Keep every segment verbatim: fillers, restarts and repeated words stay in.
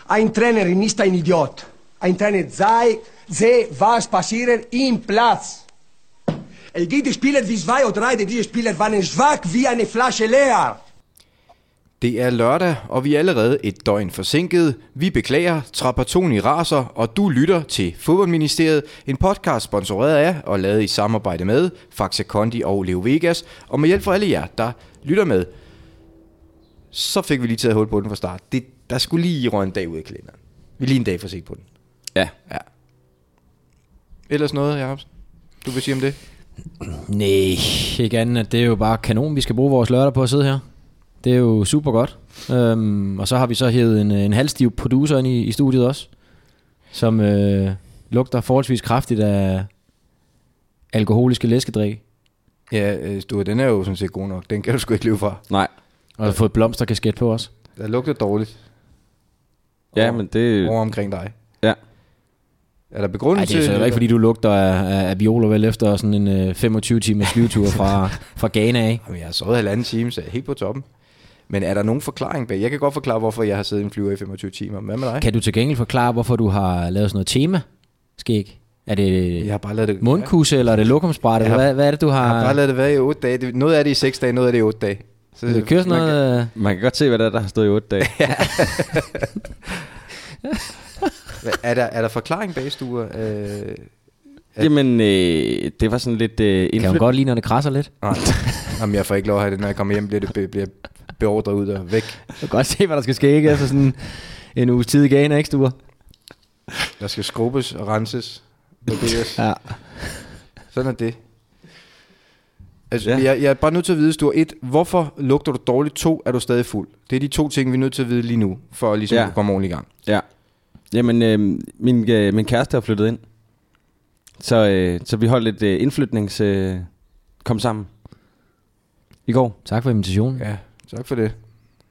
Ein Trainer ist ein Idiot. Ein Trainer sei, sehe, was passiert im Platz. Die Spieler wie zwei oder drei, die Spieler waren schwach wie eine Flasche leer. Det er lørdag, og vi er allerede et døgn forsinket. Vi beklager, Trapattoni raser, og du lytter til Fodboldministeriet, en podcast sponsoreret af og lavet i samarbejde med Faxe Kondi og Leo Vegas, og med hjælp fra alle jer, der lytter med. Så fik vi lige taget hul på den fra start. Det, der skulle lige røge en dag ud af kalenderen. Vi er lige en dag for set på den. Ja. ja. Ellers noget, Jacobsen? Du vil sige om det? Nej, ikke andet, at det er jo bare kanon, vi skal bruge vores lørdag på at sidde her. Det er jo super godt. øhm, Og så har vi så hævet en, en halvstiv producer ind i, i studiet også, som øh, lugter forholdsvis kraftigt af alkoholiske læskedrik. Ja, øh, du, den er jo sådan set god nok. Den kan du sgu ikke leve fra. Nej. Og har fået blomsterkasket på os. Der lugter dårligt. Ja, over, men det... over omkring dig. Ja. Er der begrundelse? Nej, det er så ikke, fordi du lugter af, af, af violer vel efter sådan en øh, femogtyve timers flyvetur fra, fra Ghana af. Jamen, jeg har sovet halvanden time, så jeg er helt på toppen. Men er der nogen forklaring bag? Jeg kan godt forklare, hvorfor jeg har siddet i en flyver i femogtyve timer. Hvad med dig? Kan du til gengæld forklare, hvorfor du har lavet sådan noget tema? Skæg? Er det jeg har bare lavet det, mundkusse, eller er det lokumsbræt? Eller hvad, hvad er det, du har... Jeg har bare lavet det være i otte dage. Noget af det i seks dage, noget af det i otte dage. Så det kører sådan man noget... Kan, man kan godt se, hvad der er, der har stået i otte dage. er, der, er der forklaring bag, Sture? Øh, at... Jamen, øh, det var sådan lidt... Øh, indflyt... Kan man godt lide, når det krasser lidt? Nej, jamen, jeg får ikke lov at have det. Når jeg kommer hjem, bliver det be, bliver beordret ud og væk. Du kan godt se, hvad der skal ske, ikke? Altså sådan en uges tid i Ghana, ikke, Sture? Der skal skrubbes og renses. Ja. Sådan er det. Altså, ja. jeg, jeg er bare nødt til at vide, Sture, et, hvorfor lugter du dårligt? To, er du stadig fuld? Det er de to ting, vi er nødt til at vide lige nu, for ligesom ja. at komme ordentligt i gang. Ja. Jamen, øh, min, øh, min kæreste har flyttet ind. Så, øh, så vi holdt et øh, indflytnings... Øh, kom sammen. I går. Tak for invitationen. Ja, tak for det.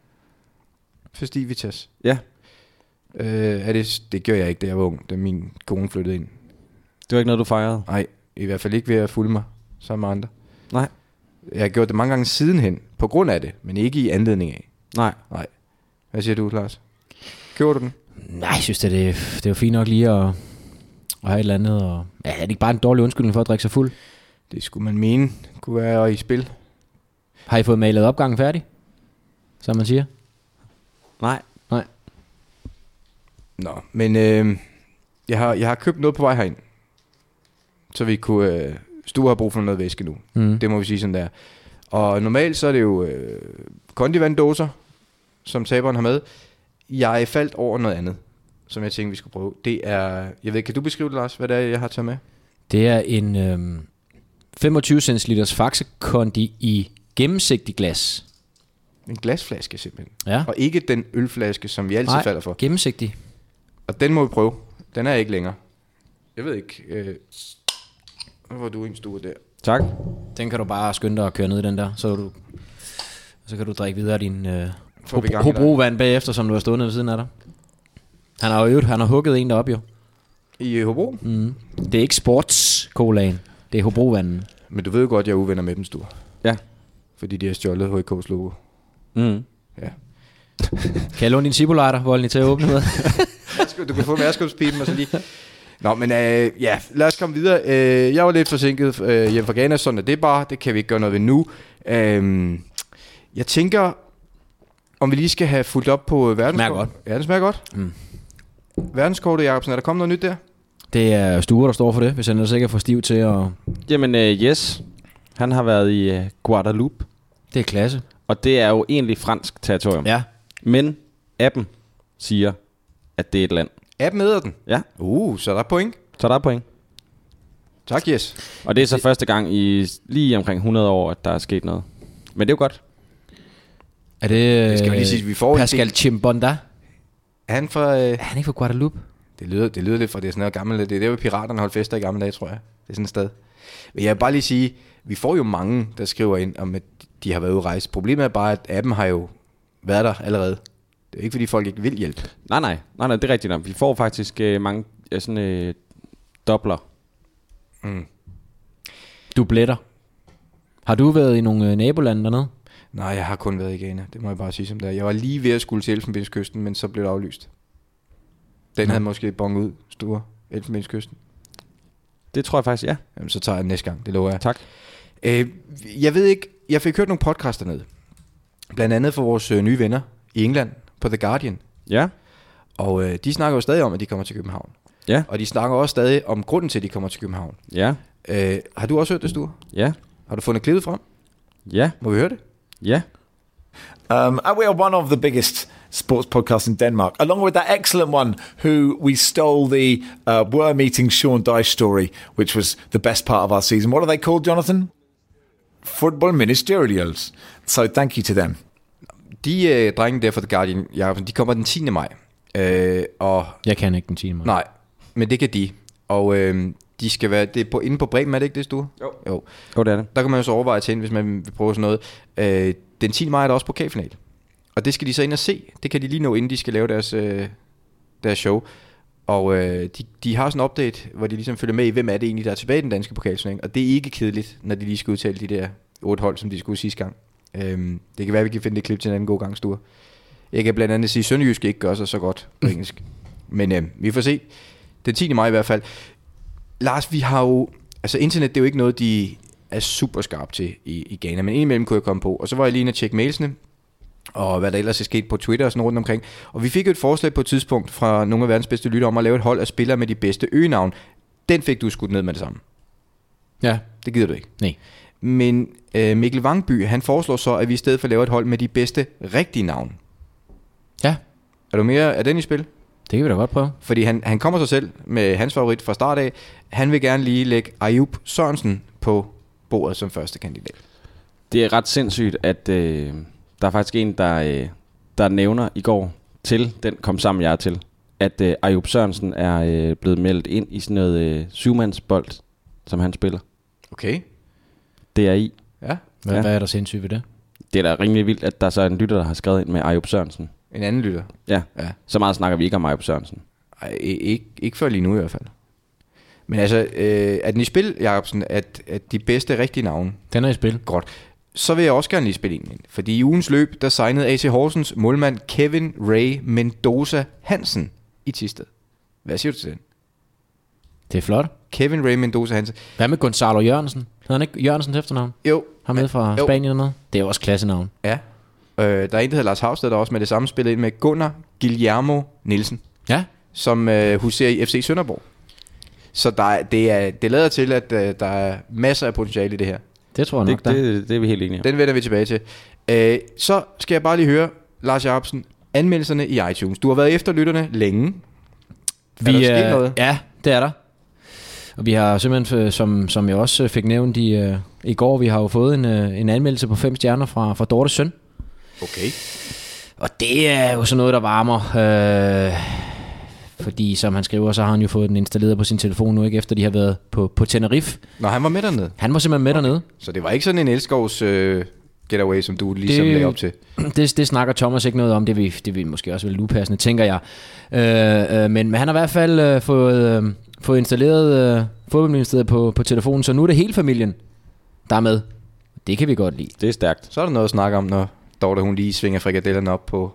Festivitas. Ja. Øh, er det, det gør jeg ikke, da jeg var ung, da min kone flyttede ind. Det var ikke noget, du fejrede? Nej, i hvert fald ikke ved at fulde mig sammen med andre. Nej. Jeg har gjort det mange gange sidenhen, på grund af det, men ikke i anledning af. Nej. Nej. Hvad siger du, Lars? Gjorde du den? Nej, jeg synes, det er, det er jo fint nok lige at, at have et eller andet. Og, ja, er det ikke bare en dårlig undskyldning for at drikke sig fuld? Det skulle man mene kunne være i spil. Har I fået malet opgangen færdig, som man siger? Nej. Nej. Nå, men øh, jeg, har, jeg har købt noget på vej herind, så vi kunne... Øh, Stue har brug for noget væske nu. Mm. Det må vi sige sådan der. Og normalt så er det jo øh, kondivandåser, som taberen har med. Jeg faldt over noget andet, som jeg tænkte, vi skulle prøve. Det er... Jeg ved, kan du beskrive det, Lars, hvad det er, jeg har taget med? Det er en øh, femogtyve centiliters Faxe Kondi i gennemsigtig glas. En glasflaske simpelthen. Ja. Og ikke den ølflaske, som vi altid Nej, falder for. Gennemsigtig. Og den må vi prøve. Den er ikke længere. Jeg ved ikke... Øh, hvor var du en Stue der. Tak. Den kan du bare skynde dig at køre ned i den der. Så, du, så kan du drikke videre din øh, Hobro-vand bagefter, som du har stået nede ved siden af dig. Han har jo han har hugget en derop jo. I Hobro? Mm. Det er ikke sports-colaen. Det er Hobro-vanden. Men du ved jo godt, jeg er uvenner med dem, Stue. Ja. Fordi de har stjålet H I K's logo. Mm. Ja. Kan jeg låne din Zippo-lighter, hvor den til at åbne med? Du kan få værtskabspipen og så lige... Nå, men øh, ja, lad os komme videre. Øh, jeg var lidt forsinket øh, hjemme fra Ghana, sådan er det bare. Det kan vi ikke gøre noget ved nu. Øh, jeg tænker, om vi lige skal have fulgt op på verdenskortet. Smager godt. Ja, det smager godt. Mm. Verdenskortet, Jacobsen, er der kommet noget nyt der? Det er Sture, der står for det, hvis han ellers ikke er for stiv til at... Jamen, øh, yes. Han har været i øh, Guadeloupe. Det er klasse. Og det er jo egentlig fransk territorium. Ja. Men appen siger, at det er et land. Appen æder den? Ja. Uh, så er der point. Så der er point. Tak, yes. Og det er så det... første gang i lige omkring hundrede år, at der er sket noget. Men det er jo godt. Er det, det skal vi lige sige, vi får Pascal Chimbonda? Er han fra... Øh... Er han ikke fra Guadeloupe? Det lyder, det lyder lidt fra det er sådan noget gammelt. Det er der, hvor piraterne holdt fester i gamle dage, tror jeg. Det er sådan et sted. Men jeg vil bare lige sige, vi får jo mange, der skriver ind om, at de har været ude at rejse. Problemet er bare, at appen har jo været der allerede. Det er ikke, fordi folk ikke vil hjælpe. Nej, nej. Nej, nej, det er rigtigt nok. Vi får faktisk øh, mange øh, sådan øh, dobler. Mm. Dubletter. Har du været i nogle øh, nabolande dernede? Nej, jeg har kun været i Ghana. Det må jeg bare sige som det er. Jeg var lige ved at skulle til Elfenbenskysten, men så blev det aflyst. Den ja. havde måske bonget ud, store Elfenbenskysten. Det tror jeg faktisk, ja. Jamen, så tager jeg den næste gang, det lover jeg. Tak. Øh, jeg ved ikke, jeg fik hørt nogle podcaster ned. Blandt andet for vores øh, nye venner i England på The Guardian. Ja. Og øh, de snakker jo stadig om, at de kommer til København. Ja. Og de snakker også stadig om grunden til, at de kommer til København. Ja. Øh, har du også hørt det, Sture? Ja. Har du fundet klippet frem? Ja. Må vi høre det? Ja. Um, and we are one of the biggest sports podcasts in Denmark, along with that excellent one who we stole the uh, worm eating Sean Dyche story, which was the best part of our season. What are they called, Jonathan? Football Ministerials. So thank you to them. De øh, drenge der fra The Guardian, Jacobsen, de kommer den tiende maj. Øh, og Jeg kan ikke den tiende maj. Nej, men det kan de. Og øh, de skal være, det er på, inde på Bremen, er det ikke det, Sture? Jo. Jo. Jo, det er det. Der kan man jo så overveje til, hvis man vil prøve sådan noget. Øh, den tiende maj er der også pokalfinal. Og det skal de så ind og se. Det kan de lige nå, inden de skal lave deres, øh, deres show. Og øh, de, de har sådan en update, hvor de ligesom følger med i, hvem er det egentlig, der er tilbage i den danske pokalturnering. Og det er ikke kedeligt, når de lige skal udtale de der otte hold, som de skulle sidste gang. Øhm, det kan være, vi kan finde det klip til en anden god gang, Sture. Jeg kan blandt andet sige, at Sønderjysk ikke gør sig så godt på engelsk. Men øh, vi får se. Den tiende maj i hvert fald. Lars, vi har jo... Altså internet, det er jo ikke noget, de er super skarpe til i, i Ghana. Men indimellem kunne jeg komme på. Og så var jeg lige inde og tjekke mailsene. Og hvad der ellers er sket på Twitter og sådan rundt omkring. Og vi fik jo et forslag på et tidspunkt fra nogle af verdens bedste lyttere om at lave et hold af spillere med de bedste øgenavn. Den fik du skudt ned med det samme. Ja. Det gider du ikke. Nej. Men øh, Mikkel Vangby, han foreslår så, at vi i stedet for laver et hold med de bedste rigtige navn. Ja. Er du mere af den i spil? Det kan vi da godt prøve. Fordi han, han kommer sig selv med hans favorit fra start af. Han vil gerne lige lægge Ayub Sørensen på bordet som første kandidat. Det er ret sindssygt, at øh, der er faktisk en, der, øh, der nævner i går til den kom sammen, jeg er til, at øh, Ayub Sørensen er øh, blevet meldt ind i sådan noget øh, syvmandsbold, som han spiller. Okay. Det er i. Ja. Hvad, Ja. hvad er der sindssygt ved det? Det er da rimelig vildt, at der så er en lytter, der har skrevet ind med Ayub Sørensen. En anden lytter. Ja. Ja. Så meget snakker vi ikke om Ayub Sørensen. Ej, ikke, ikke før lige nu i hvert fald. Men altså, øh, er den i spil, Jacobsen, at, at de bedste rigtige navne? Den er i spil. Godt. Så vil jeg også gerne lige spille en ind. Fordi i ugens løb, der signede A C Horsens målmand Kevin Ray Mendoza Hansen i Thisted. Hvad siger du til den? Det er flot. Kevin Ray Mendoza Hansen. Hvad med Gonzalo Jørgensen? Hedder han ikke Jørgensen til efternavn? Jo. Ham med fra Jo. Spanien eller noget? Det er jo også klassenavn. Ja. Øh, der er en, der hedder Lars Havsted, der også med det samme spillet ind med Gunnar Guillermo Nielsen, Ja. som øh, huserer i F C Sønderborg. Så der er, det, er, det lader til, at øh, der er masser af potentiale i det her. Det tror jeg nok, Det, der. det, det er vi helt enige om. Den vender vi tilbage til. Øh, så skal jeg bare lige høre, Lars Jacobsen, anmeldelserne i iTunes. Du har været efter lytterne længe. Er der sket noget? Ja, det er der. Og vi har simpelthen, øh, som, som jeg også fik nævnt i, øh, i går, vi har jo fået en, øh, en anmeldelse på fem stjerner fra, fra Dortes søn. Okay. Og det er jo sådan noget, der varmer. Øh, fordi som han skriver, så har han jo fået den installeret på sin telefon nu, ikke efter de har været på, på Tenerife. Nå, han var med dernede. Han var simpelthen med okay. dernede. Så det var ikke sådan en elskovs øh, getaway, som du ligesom Det- lagde op til. Det, det snakker Thomas ikke noget om. Det vil, det vil måske også være upassende, tænker jeg. Øh, øh, men, men han har i hvert fald øh, fået, øh, fået installeret øh, fodboldministeriet på, på telefonen, så nu er det hele familien, der er med. Det kan vi godt lide. Det er stærkt. Så er der noget at snakke om, når Dorte hun lige svinger frikadellerne op på,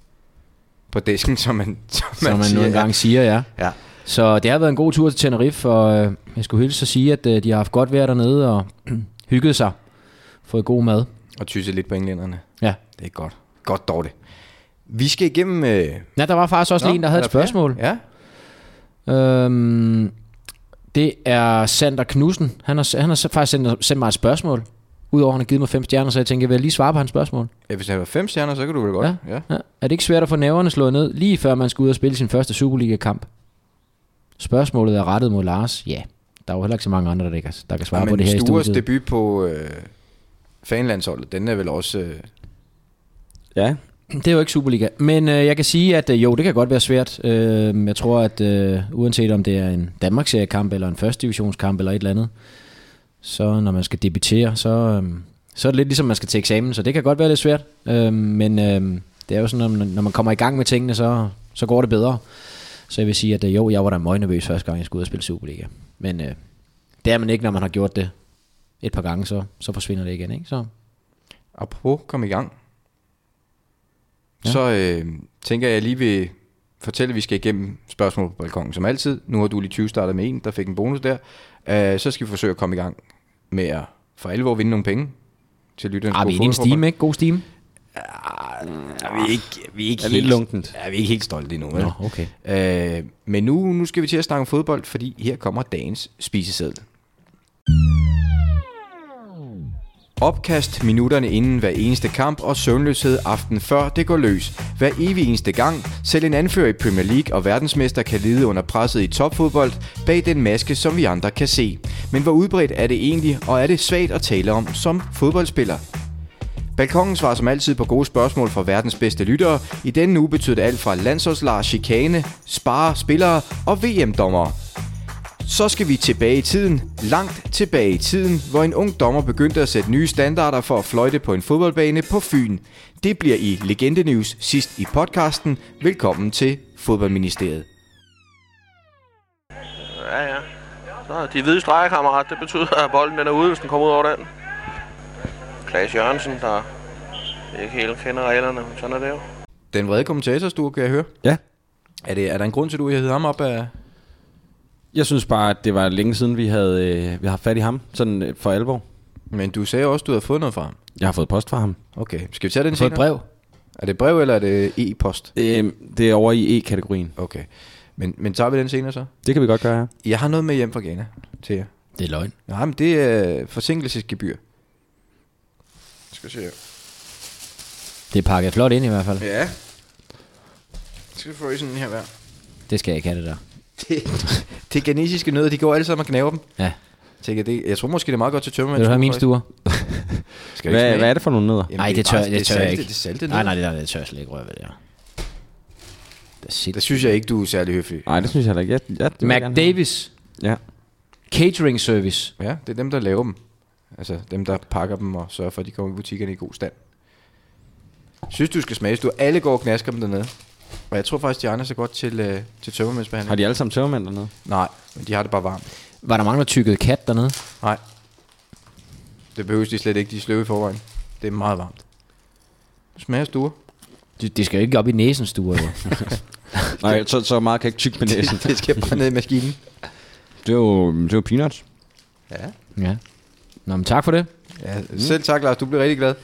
på disken, som man, som Som man nu siger. engang siger, ja. Ja. Så det har været en god tur til Tenerife, og øh, jeg skulle hilse at sige, at øh, de har haft godt vejr dernede og hygget sig. Fået god mad. Og tysse lidt på englænderne. Ja. Det er godt. Godt, Dorte. Vi skal igennem... Øh... Ja, der var faktisk også Nå, lige en, der havde er et der flere? spørgsmål. Ja. Øhm, det er Sander Knudsen. Han har, han har faktisk sendt, sendt mig et spørgsmål. Udover at han har givet mig fem stjerner, så jeg tænker, jeg vil lige svare på hans spørgsmål. Ja, hvis det var fem stjerner, så kan du vel godt. Ja. Ja. Ja. Er det ikke svært at få næverne slået ned, lige før man skal ud og spille sin første Superliga-kamp? Spørgsmålet er rettet mod Lars. Ja, der er jo heller ikke så mange andre, der kan, der kan svare Ja, på det her i Stures studiet. debut på øh, fanlandsholdet, den er vel også... Øh... Ja. Det er jo ikke Superliga. Men øh, jeg kan sige, at øh, jo, det kan godt være svært. Øh, jeg tror, at øh, uanset om det er en Danmarksseriekamp eller en første divisionskamp eller et eller andet, så når man skal debutere, så, øh, så er det lidt ligesom, man skal til eksamen. Så det kan godt være lidt svært. Øh, men øh, det er jo sådan, at når man kommer i gang med tingene, så, så går det bedre. Så jeg vil sige, at øh, jo, jeg var da møgnervøs første gang, jeg skulle ud og spille Superliga. Men øh, det er man ikke, når man har gjort det et par gange, så, så forsvinder det igen, ikke? Så. Apropos, kom i gang. Ja. Så øh, tænker jeg lige vil fortælle, at vi skal igennem spørgsmål på balkongen som altid. Nu har du lige tyve startet med en, der fik en bonus der. Uh, så skal vi forsøge at komme i gang med at for alvor vinde nogle penge til lytterne. Ah, vi er en stime, ikke? God stime. Ah, vi er ikke, vi er ikke er helt, lidt lunkent. Ja, vi er ikke helt stolte endnu. Nå, okay. Uh, men nu, nu skal vi til at snakke om fodbold, fordi her kommer dagens spiseseddel. Opkast minutterne inden hver eneste kamp og søvnløshed aften før det går løs. Hver evig eneste gang, selv en anfører i Premier League og verdensmester kan lide under presset i topfodbold bag den maske, som vi andre kan se. Men hvor udbredt er det egentlig, og er det svagt at tale om som fodboldspiller? Balkongen svarer som altid på gode spørgsmål fra verdens bedste lyttere. I denne uge betyder det alt fra landsholdslejr, chikane, spare, spillere og V M-dommere. Så skal vi tilbage i tiden, langt tilbage i tiden, hvor en ung dommer begyndte at sætte nye standarder for at fløjte på en fodboldbane på Fyn. Det bliver i Legende News sidst i podcasten. Velkommen til Fodboldministeriet. Ja, ja. Så de hvide streger, kammerat. Det betyder, at bolden den er ude, hvis den kommer ud over den. Klaas Jørgensen, der ikke helt kender reglerne, men sådan er det jo. Den vrede kommentatorstue, kan jeg høre. Ja. Er, det, er der en grund til, at du har heddet ham op af... Jeg synes bare, at det var længe siden, vi havde, øh, vi havde fat i ham, sådan øh, for alvor. Men du sagde også, at du havde fået noget fra ham. Jeg har fået post fra ham. Okay, skal vi tage den Få et brev. Er det brev, eller er det e-post? Øh, det er over i E-kategorien. Okay, men, men tager vi den senere så? Det kan vi godt gøre, ja. Jeg har noget med hjem fra Ghana til jer. Det er løgn. Nej, men det er forsinkelsesgebyr. Skal vi se her. Det er pakket flot ind i hvert fald. Ja. Skal vi få i sådan en her hver. Det skal jeg ikke have, det der. Det, det ghanesiske nødder, de går alle sammen og knæver dem. Ja. Tænker, det, jeg tror måske, det er meget godt til tømmermænd. Vil du have min stuer? Skal Hvad, hvad er det for nogle nødder? Nej, det tør, bare- det tør jeg salte- ikke. Det er salte Nej, nej, nødder. det, der, det tør jeg slet ikke røre ved det her. Det er Der synes jeg ikke, du er særlig høflig. Nej, det synes jeg heller ikke. Jeg, jeg, jeg vil Mac gerne have. Davis Ja. Catering Service. Ja, det er dem, der laver dem. Altså dem, der pakker dem og sørger for, at de kommer i butikkerne i god stand. Synes du skal smage, du alle går og knasker dem dernede. Og jeg tror faktisk, de andre er så godt til, øh, til tømmermændsbehandling. Har de alle sammen tømmermænd dernede? Nej, men de har det bare varmt. Var der mange, der tykkede kat dernede? Nej. Det behøves de slet ikke, de er sløve i forvejen. Det er meget varmt. Smager stuer. De, de skal jo ikke op i næsen stuer, jo. Nej, så, så meget kan jeg ikke tykke med næsen. Det skal bare ned i maskinen. Det er jo, det er jo peanuts. Ja. Ja. Nå, men tak for det. Ja, selv tak, Lars. Du bliver rigtig glad.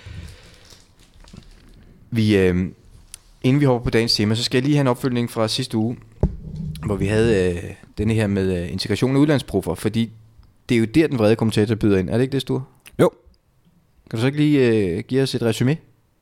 Vi, øh, inden vi hopper på dagens tema, så skal jeg lige have en opfølgning fra sidste uge, hvor vi havde øh, denne her med øh, integration af udlandsproffer, fordi det er jo der, den vrede kommentator byder ind. Er det ikke det, Sture? Jo. Kan du så ikke lige øh, give os et resume?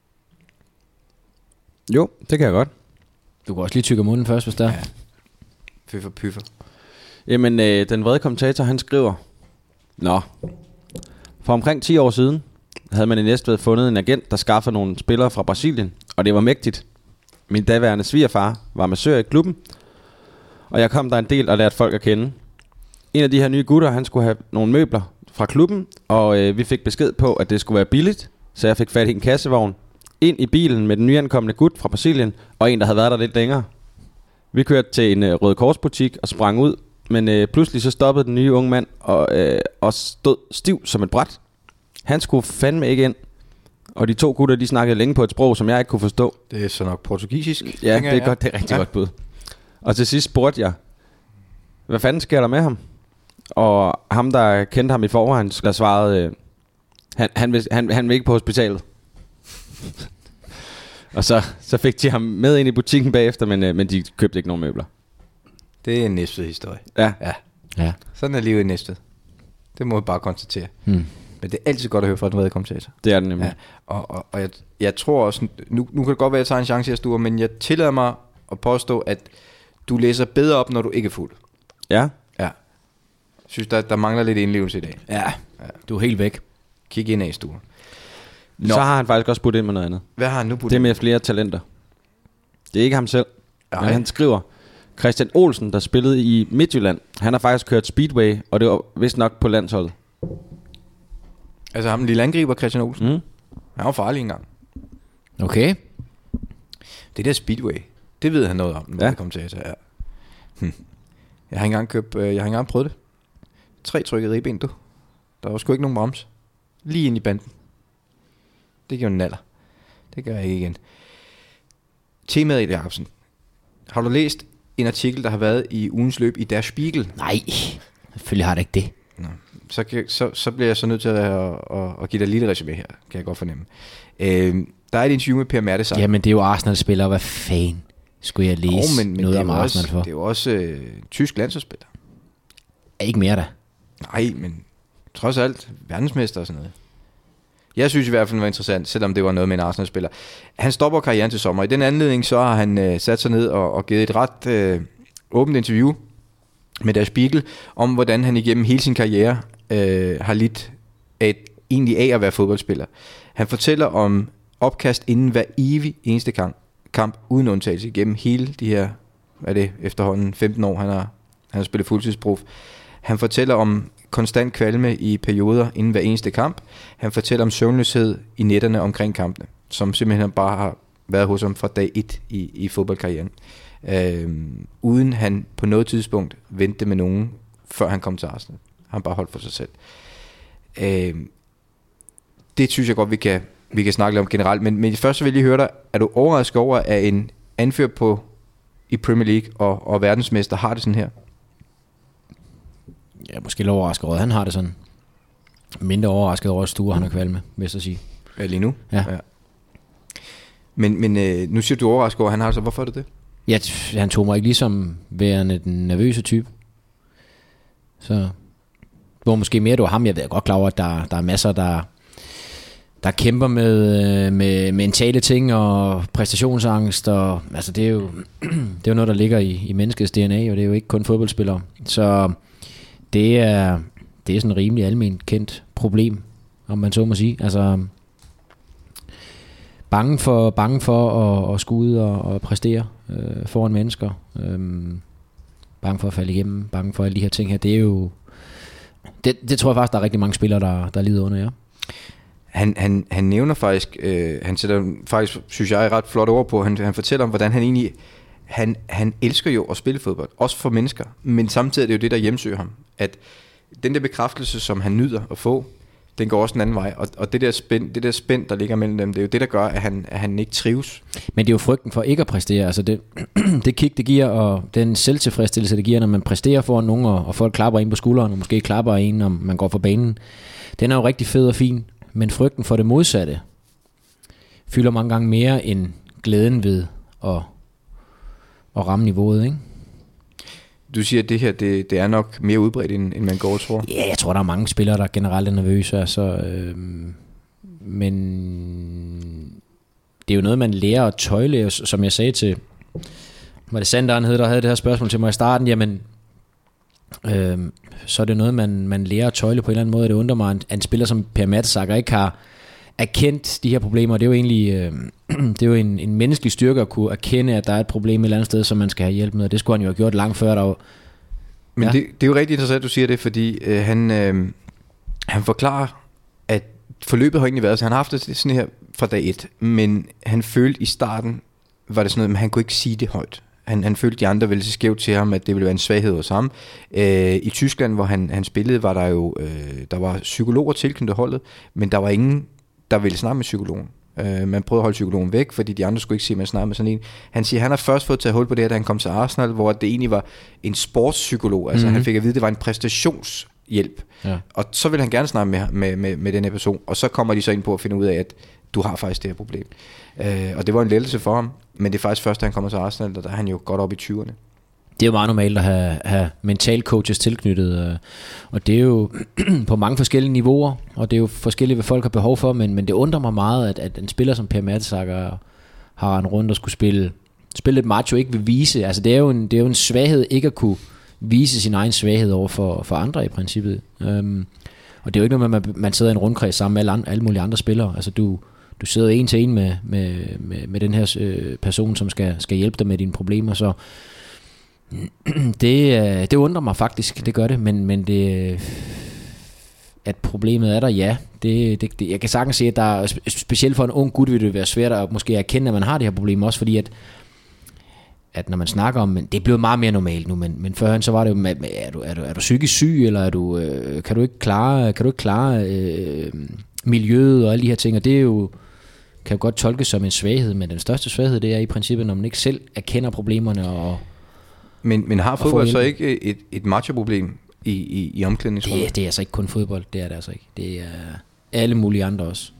Jo, det kan jeg godt. Du kan også lige tykke munden først, hvis der. Ja. Pyffer, pyffer. Jamen, øh, den vrede kommentator, han skriver: Nå, for omkring ti år siden havde man i Næstved fundet en agent, der skaffede nogle spillere fra Brasilien, og det var mægtigt. Min daværende svigerfar var massør i klubben, og jeg kom der en del og lærte folk at kende. En af de her nye gutter, han skulle have nogle møbler fra klubben, og øh, vi fik besked på, at det skulle være billigt, så jeg fik fat i en kassevogn, ind i bilen med den nyankomne gut fra Brasilien, og en, der havde været der lidt længere. Vi kørte til en øh, Røde Kors butik og sprang ud, men øh, pludselig så stoppede den nye unge mand og, øh, og stod stiv som et bræt. Han skulle fandme ikke ind, og de to gutter, de snakkede længe på et sprog, som jeg ikke kunne forstå. Det er så nok portugisisk. Ja, tænker det er jeg. godt, det er rigtig Ja. ja. godt bud. Og til sidst spurgte jeg, hvad fanden sker der med ham? Og ham, der kendte ham i forvejen, der svarede, øh, han, han, vil, han, han vil ikke på hospitalet. Og så, så fik de ham med ind i butikken bagefter, men, øh, men de købte ikke nogen møbler. Det er en Næstved historie. Ja. Ja. Ja. Sådan er livet i Næstved. Det må vi bare konstatere. Hmm. Men det er altid godt at høre fra den vrede kommentator. Det er den nemlig. Ja, og, og, og jeg, jeg tror også, nu, nu kan det godt være, at jeg tager en chance her, Sture, men jeg tillader mig at påstå, at du læser bedre op, når du ikke er fuld. Ja. Ja. Jeg synes, der, der mangler lidt indlevelse i dag. Ja. Du er helt væk. Kig ind af, Sture. Nå. Så har han faktisk også budt ind med noget andet. Hvad har han nu på Det er med flere talenter. Det er ikke ham selv. Nej. Men han skriver: Christian Olsen, der spillede i Midtjylland, han har faktisk kørt Speedway, og det var vist nok på landsholdet. Altså ham, lille angriber, Christian Olsen. Mm. Han var farlig engang. Okay. Det der Speedway, det ved han noget om, når Ja. det kommer til. Ja. Hm. Jeg har engang købt, øh, jeg har engang prøvet det. Tre trykket ribben, du. Der var sgu ikke nogen brems. Lige ind i banden. Det gjorde en naller. Det gør jeg ikke igen. Temaet i Jacobsen. har du læst en artikel, der har været i ugens løb i Der Spiegel? Nej, selvfølgelig har det ikke det. Nå. Så, så, så bliver jeg så nødt til at, at, at, at give dig et lille resumé her, kan jeg godt fornemme. Øh, der er et interview med Per Mertesacker. Jamen, det er jo Arsenal-spiller. Hvad fanden skulle jeg læse oh, men, men noget om også, Arsenal for? Det er jo også øh, tysk landsholdsspiller. Ikke mere da. Nej, men trods alt verdensmester og sådan noget. Jeg synes i hvert fald, det var interessant, selvom det var noget med en Arsenal-spiller. Han stopper karrieren til sommer. I den anledning så har han øh, sat sig ned og, og givet et ret øh, åbent interview med Der Spiegel om, hvordan han igennem hele sin karriere øh, har lidt af, egentlig af at være fodboldspiller. Han fortæller om opkast inden hver evig eneste kamp, kamp uden undtagelse igennem hele de her, hvad er det, efterhånden femten år, han har, han har spillet fuldtidsprof. Han fortæller om konstant kvalme i perioder inden hver eneste kamp. Han fortæller om søvnløshed i nætterne omkring kampene, som simpelthen bare har været hos ham fra dag et i, i fodboldkarrieren. Øhm, uden han på noget tidspunkt vendte med nogen, før han kom til Arsenal. Han bare holdt for sig selv. Øhm, det synes jeg godt, vi kan, vi kan snakke lidt om generelt. Men, men først vil jeg lige høre dig, er du overrasket over, at en anfører på i Premier League og, og verdensmester har det sådan her? Ja, måske lidt overrasket over, han har det sådan. Mindre overrasket over, at Sture han har kvalme, vil jeg så sige. Ja, lige nu? Ja. ja. Men, men øh, nu siger du overrasket over, at han har det så. Hvorfor er det det? Ja, han tog mig ikke ligesom værende den nervøse type. Så det var måske mere, det var ham. Jeg ved godt klar over, at der, der er masser, der, der kæmper med, med mentale ting og præstationsangst. Og, altså det, er jo, det er jo noget, der ligger i, i menneskets D N A, og det er jo ikke kun fodboldspillere. Så det er, det er sådan et rimelig alment kendt problem, om man så må sige. Altså bange for, bange for at, at skulle ud og, og præstere øh, foran mennesker. Øhm, bange for at falde igennem, bange for alle de her ting her. Det er jo, det, det tror jeg faktisk, der er rigtig mange spillere, der, der lider under, ja. Han, han, han nævner faktisk, øh, han sætter faktisk, synes jeg, ret flot ord på, han, han fortæller om, hvordan han egentlig, han, han elsker jo at spille fodbold, også for mennesker, men samtidig er det jo det, der hjemsøger ham, at den der bekræftelse, som han nyder at få, den går også den anden vej, og, og det der spænd, det der spænd, der ligger mellem dem, det er jo det, der gør, at han, at han ikke trives. Men det er jo frygten for ikke at præstere, altså det, det kick, det giver, og den selvtilfredsstillelse, det giver, når man præsterer foran nogen, og, og folk klapper en på skulderen, og måske klapper en, når man går for banen, den er jo rigtig fed og fin, men frygten for det modsatte fylder mange gange mere end glæden ved at, at ramme niveauet, ikke? Du siger, at det her, det, det er nok mere udbredt, end, end man går og tror? Ja, jeg tror, der er mange spillere, der generelt er nervøse, altså, øh, men det er jo noget, man lærer at tøjle, som jeg sagde til, var det Sanderen hed, der havde det her spørgsmål til mig i starten, jamen, øh, så er det noget, man, man lærer at tøjle på en eller anden måde. Det undrer mig, at en spiller som Per Mertesacker ikke har erkendt de her problemer. Det er jo egentlig øh, det er jo en, en menneskelig styrke at kunne erkende, at der er et problem et eller andet sted, som man skal have hjælp med, og det skulle han jo have gjort langt før. Der var, Men ja. det, det er jo rigtig interessant, at du siger det, fordi øh, han, øh, han forklarer, at forløbet har egentlig været, så han har haft det sådan her fra dag et, men han følte i starten, var det sådan noget, men han kunne ikke sige det højt. Han, han følte, de andre ville se skævt til ham, at det ville være en svaghed hos ham. Øh, I Tyskland, hvor han, han spillede, var der jo øh, der var psykologer tilknyttet holdet, men der var ingen, der ville snakke med psykologen. Øh, man prøvede at holde psykologen væk, fordi de andre skulle ikke sige, at man snakkede med sådan en. Han siger, at han har først fået taget hul på det her, da han kom til Arsenal, hvor det egentlig var en sportspsykolog. Altså mm-hmm. han fik at vide, at det var en præstationshjælp. Ja. Og så vil han gerne snakke med, med, med, med den her person, og så kommer de så ind på at finde ud af, at du har faktisk det her problem. Øh, og det var en lettelse for ham, men det er faktisk først, da han kommer til Arsenal, der er han jo godt op i tyverne. Det er jo meget normalt at have, have mental coaches tilknyttet, og det er jo på mange forskellige niveauer, og det er jo forskelligt, hvad folk har behov for, men, men det undrer mig meget, at, at en spiller som Per Mertesacker har en rundt og skulle spille, spille et macho, ikke vil vise, altså det er jo en, det er jo en svaghed ikke at kunne vise sin egen svaghed over for, for andre i princippet. Um, og det er jo ikke noget med, at man, man sidder i en rundkreds sammen med alle, alle mulige andre spillere, altså du, du sidder en til en med, med, med, med den her øh, person, som skal, skal hjælpe dig med dine problemer, så Det, det undrer mig faktisk, det gør det, men, men det, at problemet er der, ja. Det, det, det, jeg kan sagtens sige, at der er, specielt for en ung gut vil det være svært at måske erkende, at man har det her problem, også fordi, at, at når man snakker om, det er blevet meget mere normalt nu, men, men førhen så var det jo, er du, er du, er du psykisk syg, eller er du, kan du ikke klare, kan du ikke klare øh, miljøet og alle de her ting, og det er jo, kan jo godt tolkes som en svaghed, men den største svaghed, det er i princippet, når man ikke selv erkender problemerne. Og, men, men har fodbold få så ikke et, et macho-problem i, i, i omklædningsrummet? Det, det er altså ikke kun fodbold, det er det altså ikke. Det er alle mulige andre også.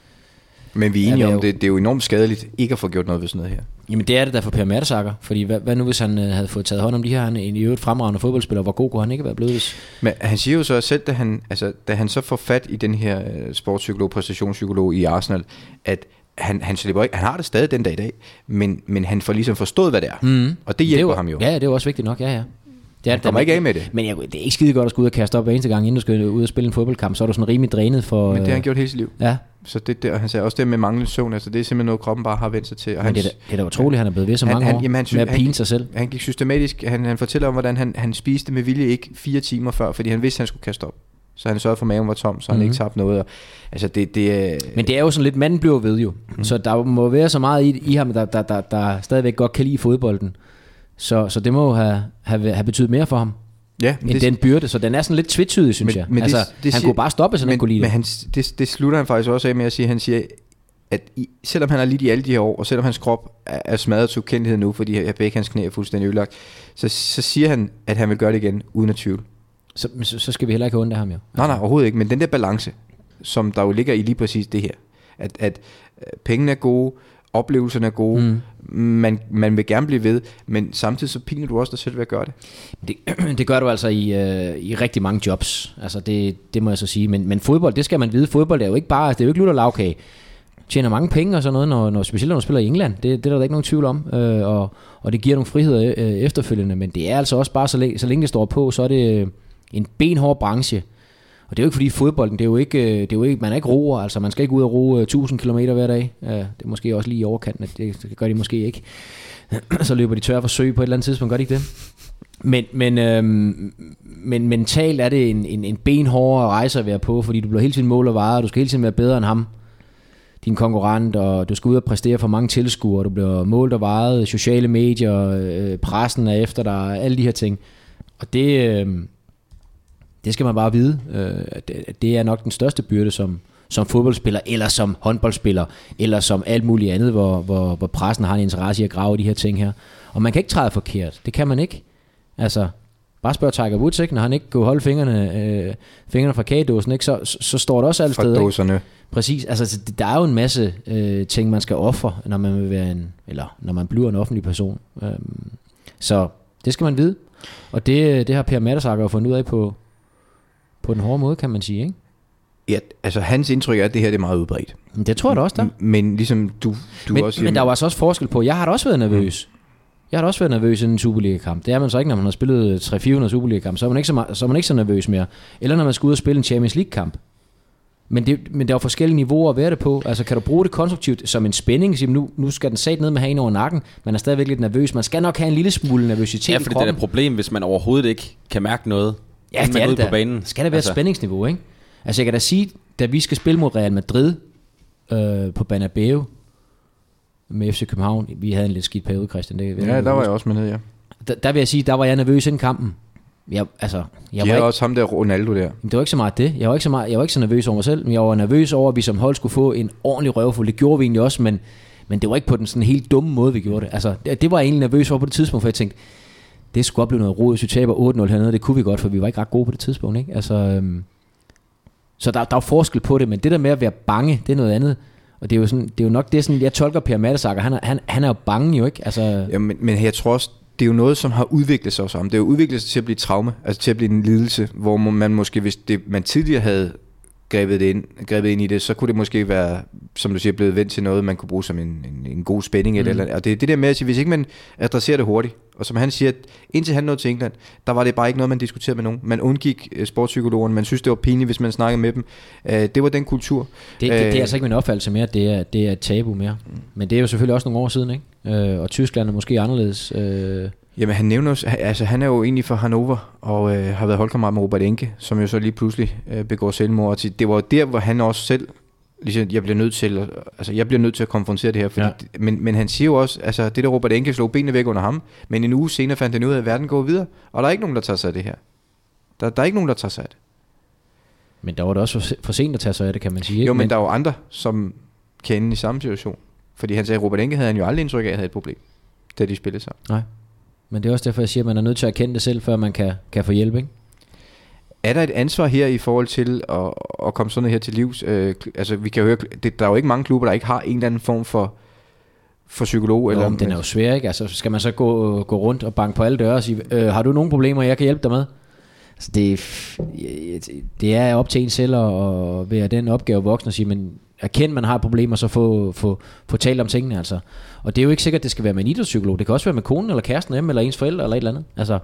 Men vi er enige Ja, om, jo- det, det er jo enormt skadeligt ikke at få gjort noget ved sådan noget her. Jamen det er det da for Per Mertesacker, fordi hvad, hvad nu hvis han øh, havde fået taget hånd om de her, han en i øvrigt fremragende fodboldspiller, hvor god kunne han ikke være blevet? Hvis... Men han siger jo så selv, da han, altså, da han så får fat i den her uh, sportspsykolog, præstationspsykolog i Arsenal, at han, han slipper ikke, han har det stadig den dag i dag, men, men han får ligesom forstået, hvad det er. Mm. Og det hjælper det er ham jo. Ja, det er jo også vigtigt nok, ja ja. Det er, Han kommer ikke af med det. Men jeg, det er ikke skide godt at skulle ud og kaste op hver eneste gang, inden du skal ud og spille en fodboldkamp, så er du sådan rimelig drænet for... Men det har han øh, gjort hele sit liv. Ja, Så det der, han sagde også det med manglende søvn, altså det er simpelthen noget, kroppen bare har vendt sig til. Og men han, det er, da, det er da utroligt, han er blevet ved så han- mange han- år jamen, han synes- med at han- pine sig selv. Han gik systematisk, han, han fortæller om, hvordan han, han spiste med vilje ikke fire timer før, fordi han vidste, han skulle kaste op. Så han sørgede for, at maven var tom, så han Mhm. ikke tabte noget. Og, altså det, det er... Men det er jo sådan lidt, manden bliver ved jo. Mm. Så der må være så meget i, i ham, der, der, der, der stadigvæk godt kan lide fodbolden. Så, så det må jo have, have, have betydet mere for ham, Ja, men end det, den byrde. Så den er sådan lidt tvetydig, synes Men- jeg. men det- altså, det han siger- kunne bare stoppe, så han men, ikke kunne lide men det. han, det, det slutter han faktisk også af med at sige, han siger, at i, selvom han har lidt i alle de her år, og selvom hans krop er, er smadret til ukendelighed nu, fordi begge hans knæ er fuldstændig ødelagt, så, så siger han, at han vil gøre det igen, uden at tvivle. Så, så, så skal vi heller ikke have ondt af ham jo. Nej, nej, overhovedet ikke, men den der balance, som der jo ligger i lige præcis det her, at, at øh, pengene er gode, oplevelserne er gode, mm. man, man vil gerne blive ved, men samtidig så piner du også dig selv ved at gøre det. Det, det gør du altså i, øh, i rigtig mange jobs. Altså det, det må jeg så sige. Men, men fodbold, det skal man vide. Fodbold er jo ikke bare, det er jo ikke lutter lavkage. Tjener mange penge og sådan noget, når, når specielt når du spiller i England. Det, det er der ikke nogen tvivl om. Øh, og, og det giver nogle friheder øh, efterfølgende. Men det er altså også bare, så længe, så længe det står på, så er det øh, en benhård branche. Og det er jo ikke fordi fodbolden, det er jo ikke, øh, det er jo ikke, man er ikke roer, altså man skal ikke ud og roe tusind kilometer hver dag. Øh, det er måske også lige i overkanten, at det, det gør de måske ikke. Så løber de tør for søg på et eller andet tidspunkt, gør de ikke det? Men, men, øhm, men mentalt er det en, en, en benhård rejse at være på, fordi du bliver hele tiden mål og varer, du skal hele tiden være bedre end ham, din konkurrent, og du skal ud og præstere for mange tilskuere, du bliver målt og varet, sociale medier, øh, pressen er efter dig, alle de her ting. Og det, øh, det skal man bare vide, øh, at det, at det er nok den største byrde som, som fodboldspiller, eller som håndboldspiller, eller som alt muligt andet, hvor, hvor, hvor pressen har en interesse i at grave de her ting her. Og man kan ikke træde forkert, det kan man ikke. Altså, bare spørg Tiger Woods, ikke? Når han ikke kunne holde fingrene, øh, fingrene fra kagedåsen, ikke? Så, så, så står det også alle Fra steder. Ikke? dåserne. Præcis, altså der er jo en masse øh, ting, man skal ofre, når man vil være en, eller når man bliver en offentlig person. Øhm, så det skal man vide. Og det, det har Per Mertesacker jo fundet ud af på, på den hårde måde, kan man sige, ikke? Ja, altså hans indtryk er, at det her det er meget udbredt. Men det tror jeg da også, der. M- Men ligesom du, du Men, også... men der var altså også forskel på, jeg har da også været nervøs. Jeg har da også været nervøs i en Superliga-kamp. Det er man så ikke, når man har spillet tre fire hundrede Superliga-kamp. Så er man ikke så, meget, så er man ikke så nervøs mere. Eller når man skal ud og spille en Champions League-kamp. Men, det, men der er jo forskellige niveauer at være det på. Altså kan du bruge det konstruktivt som en spænding? Sige, nu, nu skal den sat ned med hagen over nakken. Man er stadigvæk lidt nervøs. Man skal nok have en lille smule nervøsitet Ja, i for det er kroppen. et problem, hvis man overhovedet ikke kan mærke noget, Ja, inden det man er er ude det på da. banen. Skal der være altså. Et spændingsniveau, ikke? Altså jeg kan da sige, da vi skal spille mod Real Madrid øh, på Bernabeu med F C København. Vi havde en lidt skidt periode, Christian. Det, Ja, der var jeg også med ned, ja. der, der vil jeg sige, der var jeg nervøs inden kampen. Jeg, altså, jeg De var havde ikke, også ham der Ronaldo der. det var ikke så meget det. Jeg var ikke så, meget, jeg var ikke så nervøs over mig selv, men jeg var nervøs over, at vi som hold skulle få en ordentlig røvfuld. Det gjorde vi egentlig også, men, men det var ikke på den sådan helt dumme måde, vi gjorde det. Altså, det, det var jeg egentlig nervøs for på det tidspunkt, for jeg tænkte, det skulle godt blive noget rod, hvis vi taber otte nul hernede. Det kunne vi godt, for vi var ikke ret gode på det tidspunkt, ikke? Altså, øhm, så der, der er forskel på det, men det der med at være bange, det er noget andet. Og det er jo, sådan, det er jo nok det, sådan, jeg tolker Per Mertesacker, han er, han, han er jo bange jo, ikke? Altså, Ja, men, men jeg tror også, det er jo noget, som har udviklet sig også om. Det er jo udviklet sig til at blive traume, altså til at blive en lidelse, hvor man måske, hvis det, man tidligere havde grebet, det ind, grebet ind i det, så kunne det måske være, som du siger, blevet vendt til noget, man kunne bruge som en, en, en god spænding. Mm. Eller, og det er det der med at sige, hvis ikke man adresserer det hurtigt, og som han siger, at indtil han nåede til England, der var det bare ikke noget, man diskuterede med nogen. Man undgik uh, sportspsykologerne, man synes, det var pinligt, hvis man snakkede med dem. Uh, det var den kultur. Det, det, det er altså ikke min opfattelse mere, det er, det er et tabu mere. Men det er jo selvfølgelig også nogle år siden, ikke? Øh, og Tyskland er måske anderledes. Øh. Jamen han nævner også, altså han er jo egentlig fra Hannover, og øh, har været holdkammerat med Robert Enke, som jo så lige pludselig øh, begår selvmord. Og til, det var der, hvor han også selv, ligesom, jeg bliver nødt til, altså jeg bliver nødt til at konfrontere det her, fordi, ja. men, men han siger jo også, altså det der Robert Enke slog benene væk under ham, men en uge senere fandt han ud af, at verden går videre, og der er ikke nogen, der tager sig af det her. Der, der er ikke nogen, der tager sig af det. Men der var det også for, for sent at tage sig af det, kan man sige. Ikke? Jo, men, men der er jo andre, som Kane i samme situation. Fordi han sagde, at Robert Enke havde han jo aldrig indtryk af, at havde et problem, da de spillede sammen. Nej, men det er også derfor, jeg siger, at man er nødt til at erkende det selv, før man kan, kan få hjælp, ikke? Er der et ansvar her i forhold til at, at komme sådan noget her til livs? Øh, altså, vi kan høre, det, der er jo ikke mange klubber, der ikke har en eller anden form for, for psykolog. Nå, eller men den er jo svær, ikke? Altså, skal man så gå, gå rundt og banke på alle døre og sige, øh, har du nogle problemer, jeg kan hjælpe dig med? Altså, det, det er op til en selv at være den opgave voksen og sige, men erkend, man har problemer, så få, få, få talt om tingene, altså. Og det er jo ikke sikkert, at det skal være med en idrætspsykolog. Det kan også være med konen eller kæresten hjemme, eller ens forældre, eller et eller andet. Altså,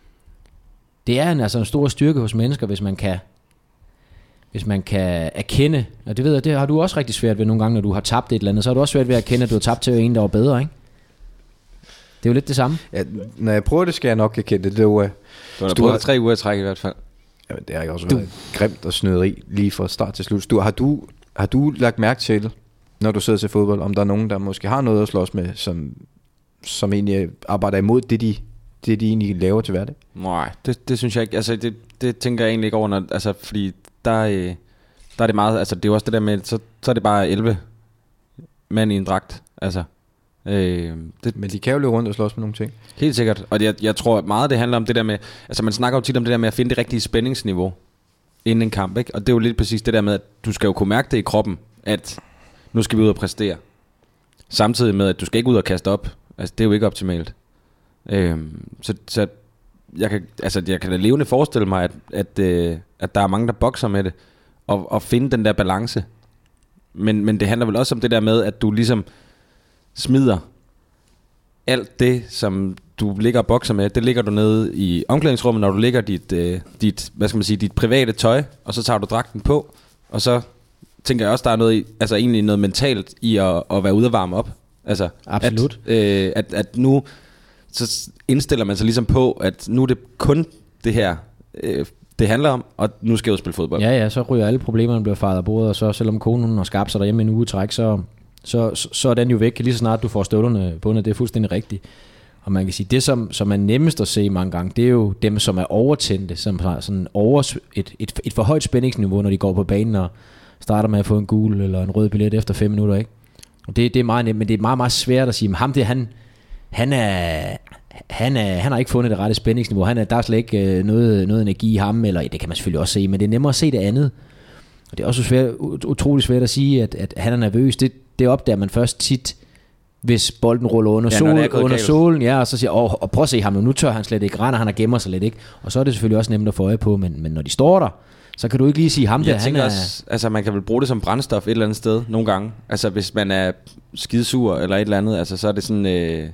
det er en, altså en stor styrke hos mennesker, hvis man kan hvis man kan erkende, og det ved jeg, det har du også rigtig svært ved nogle gange, når du har tabt et eller andet, så har du også svært ved at erkende, at du har tabt til en, der var bedre, ikke? Det er jo lidt det samme. Ja, når jeg prøver det, skal jeg nok erkende det. Det var, du har prøvet tre uger at trække i hvert fald. Jamen, det har ikke også været grimt og snyderi lige fra start til slut. Du, har, du, har du lagt mærke til, når du sidder til fodbold, om der er nogen, der måske har noget at slås med, som, som egentlig arbejder imod det, de, det, de egentlig laver til hverdag? Nej, det, det synes jeg ikke. Altså, det, det tænker jeg egentlig ikke over, når, altså, fordi der, øh, der er det meget, altså det er jo også det der med, så, så er det bare elleve mand i en dragt, altså. Øh, det, Men de kan jo løbe rundt og slås med nogle ting. Helt sikkert, og jeg, jeg tror meget det handler om det der med, altså man snakker jo tit om det der med at finde det rigtige spændingsniveau inden en kamp, ikke? Og det er jo lidt præcis det der med, at du skal jo kunne mærke det i kroppen, at nu skal vi ud og præstere, samtidig med at du skal ikke ud og kaste op. Altså det er jo ikke optimalt. øh, så, så jeg kan, altså jeg kan da levende forestille mig, at, at, øh, at der er mange der bokser med det, og, og finde den der balance. Men, men det handler vel også om det der med, at du ligesom smider alt det, som du ligger og bokser med, det ligger du nede i omklædningsrummet, når du ligger dit, øh, dit, hvad skal man sige, dit private tøj, og så tager du dragten på, og så tænker jeg også, der er noget, i, altså egentlig noget mentalt i at, at være ude og varme op. Altså, absolut. At, øh, at, at nu så indstiller man sig ligesom på, at nu er det kun det her, øh, det handler om, og nu skal jeg ud og spille fodbold. Ja, ja, så ryger alle problemerne bliver faret af bordet, og så selvom konen har skabt sig derhjemme en uge træk, så, så, så, så er den jo væk, lige så snart du får støvlerne bundet. Det er fuldstændig rigtigt. Og man kan sige, det som, som er nemmest at se mange gange, det er jo dem, som er overtændte, som har sådan over, et, et, et for højt spændingsniveau, når de går på banen og starter med at få en gul eller en rød billet efter fem minutter, ikke? Og det, det er meget nemt, men det er meget, meget svært at sige, men ham det, han, han er... Han, er, han har ikke fundet det rette spændingsniveau. Han er, der er slet ikke øh, noget, noget energi i ham, eller det kan man selvfølgelig også se, men det er nemmere at se det andet. Og det er også svært, utrolig svært at sige, at, at han er nervøs. Det, det opdager man først tit, hvis bolden ruller under, ja, sol, under solen, ja, og så siger åh, og prøv at se ham nu, nu tør han slet ikke rende, han har gemmer sig lidt, ikke? Og så er det selvfølgelig også nemt at få øje på, men, men når de står der, så kan du ikke lige sige ham der, han er... Også, altså man kan vel bruge det som brændstof et eller andet sted, nogle gange. Altså hvis man er skidesur eller et eller andet, altså så er det sådan... Øh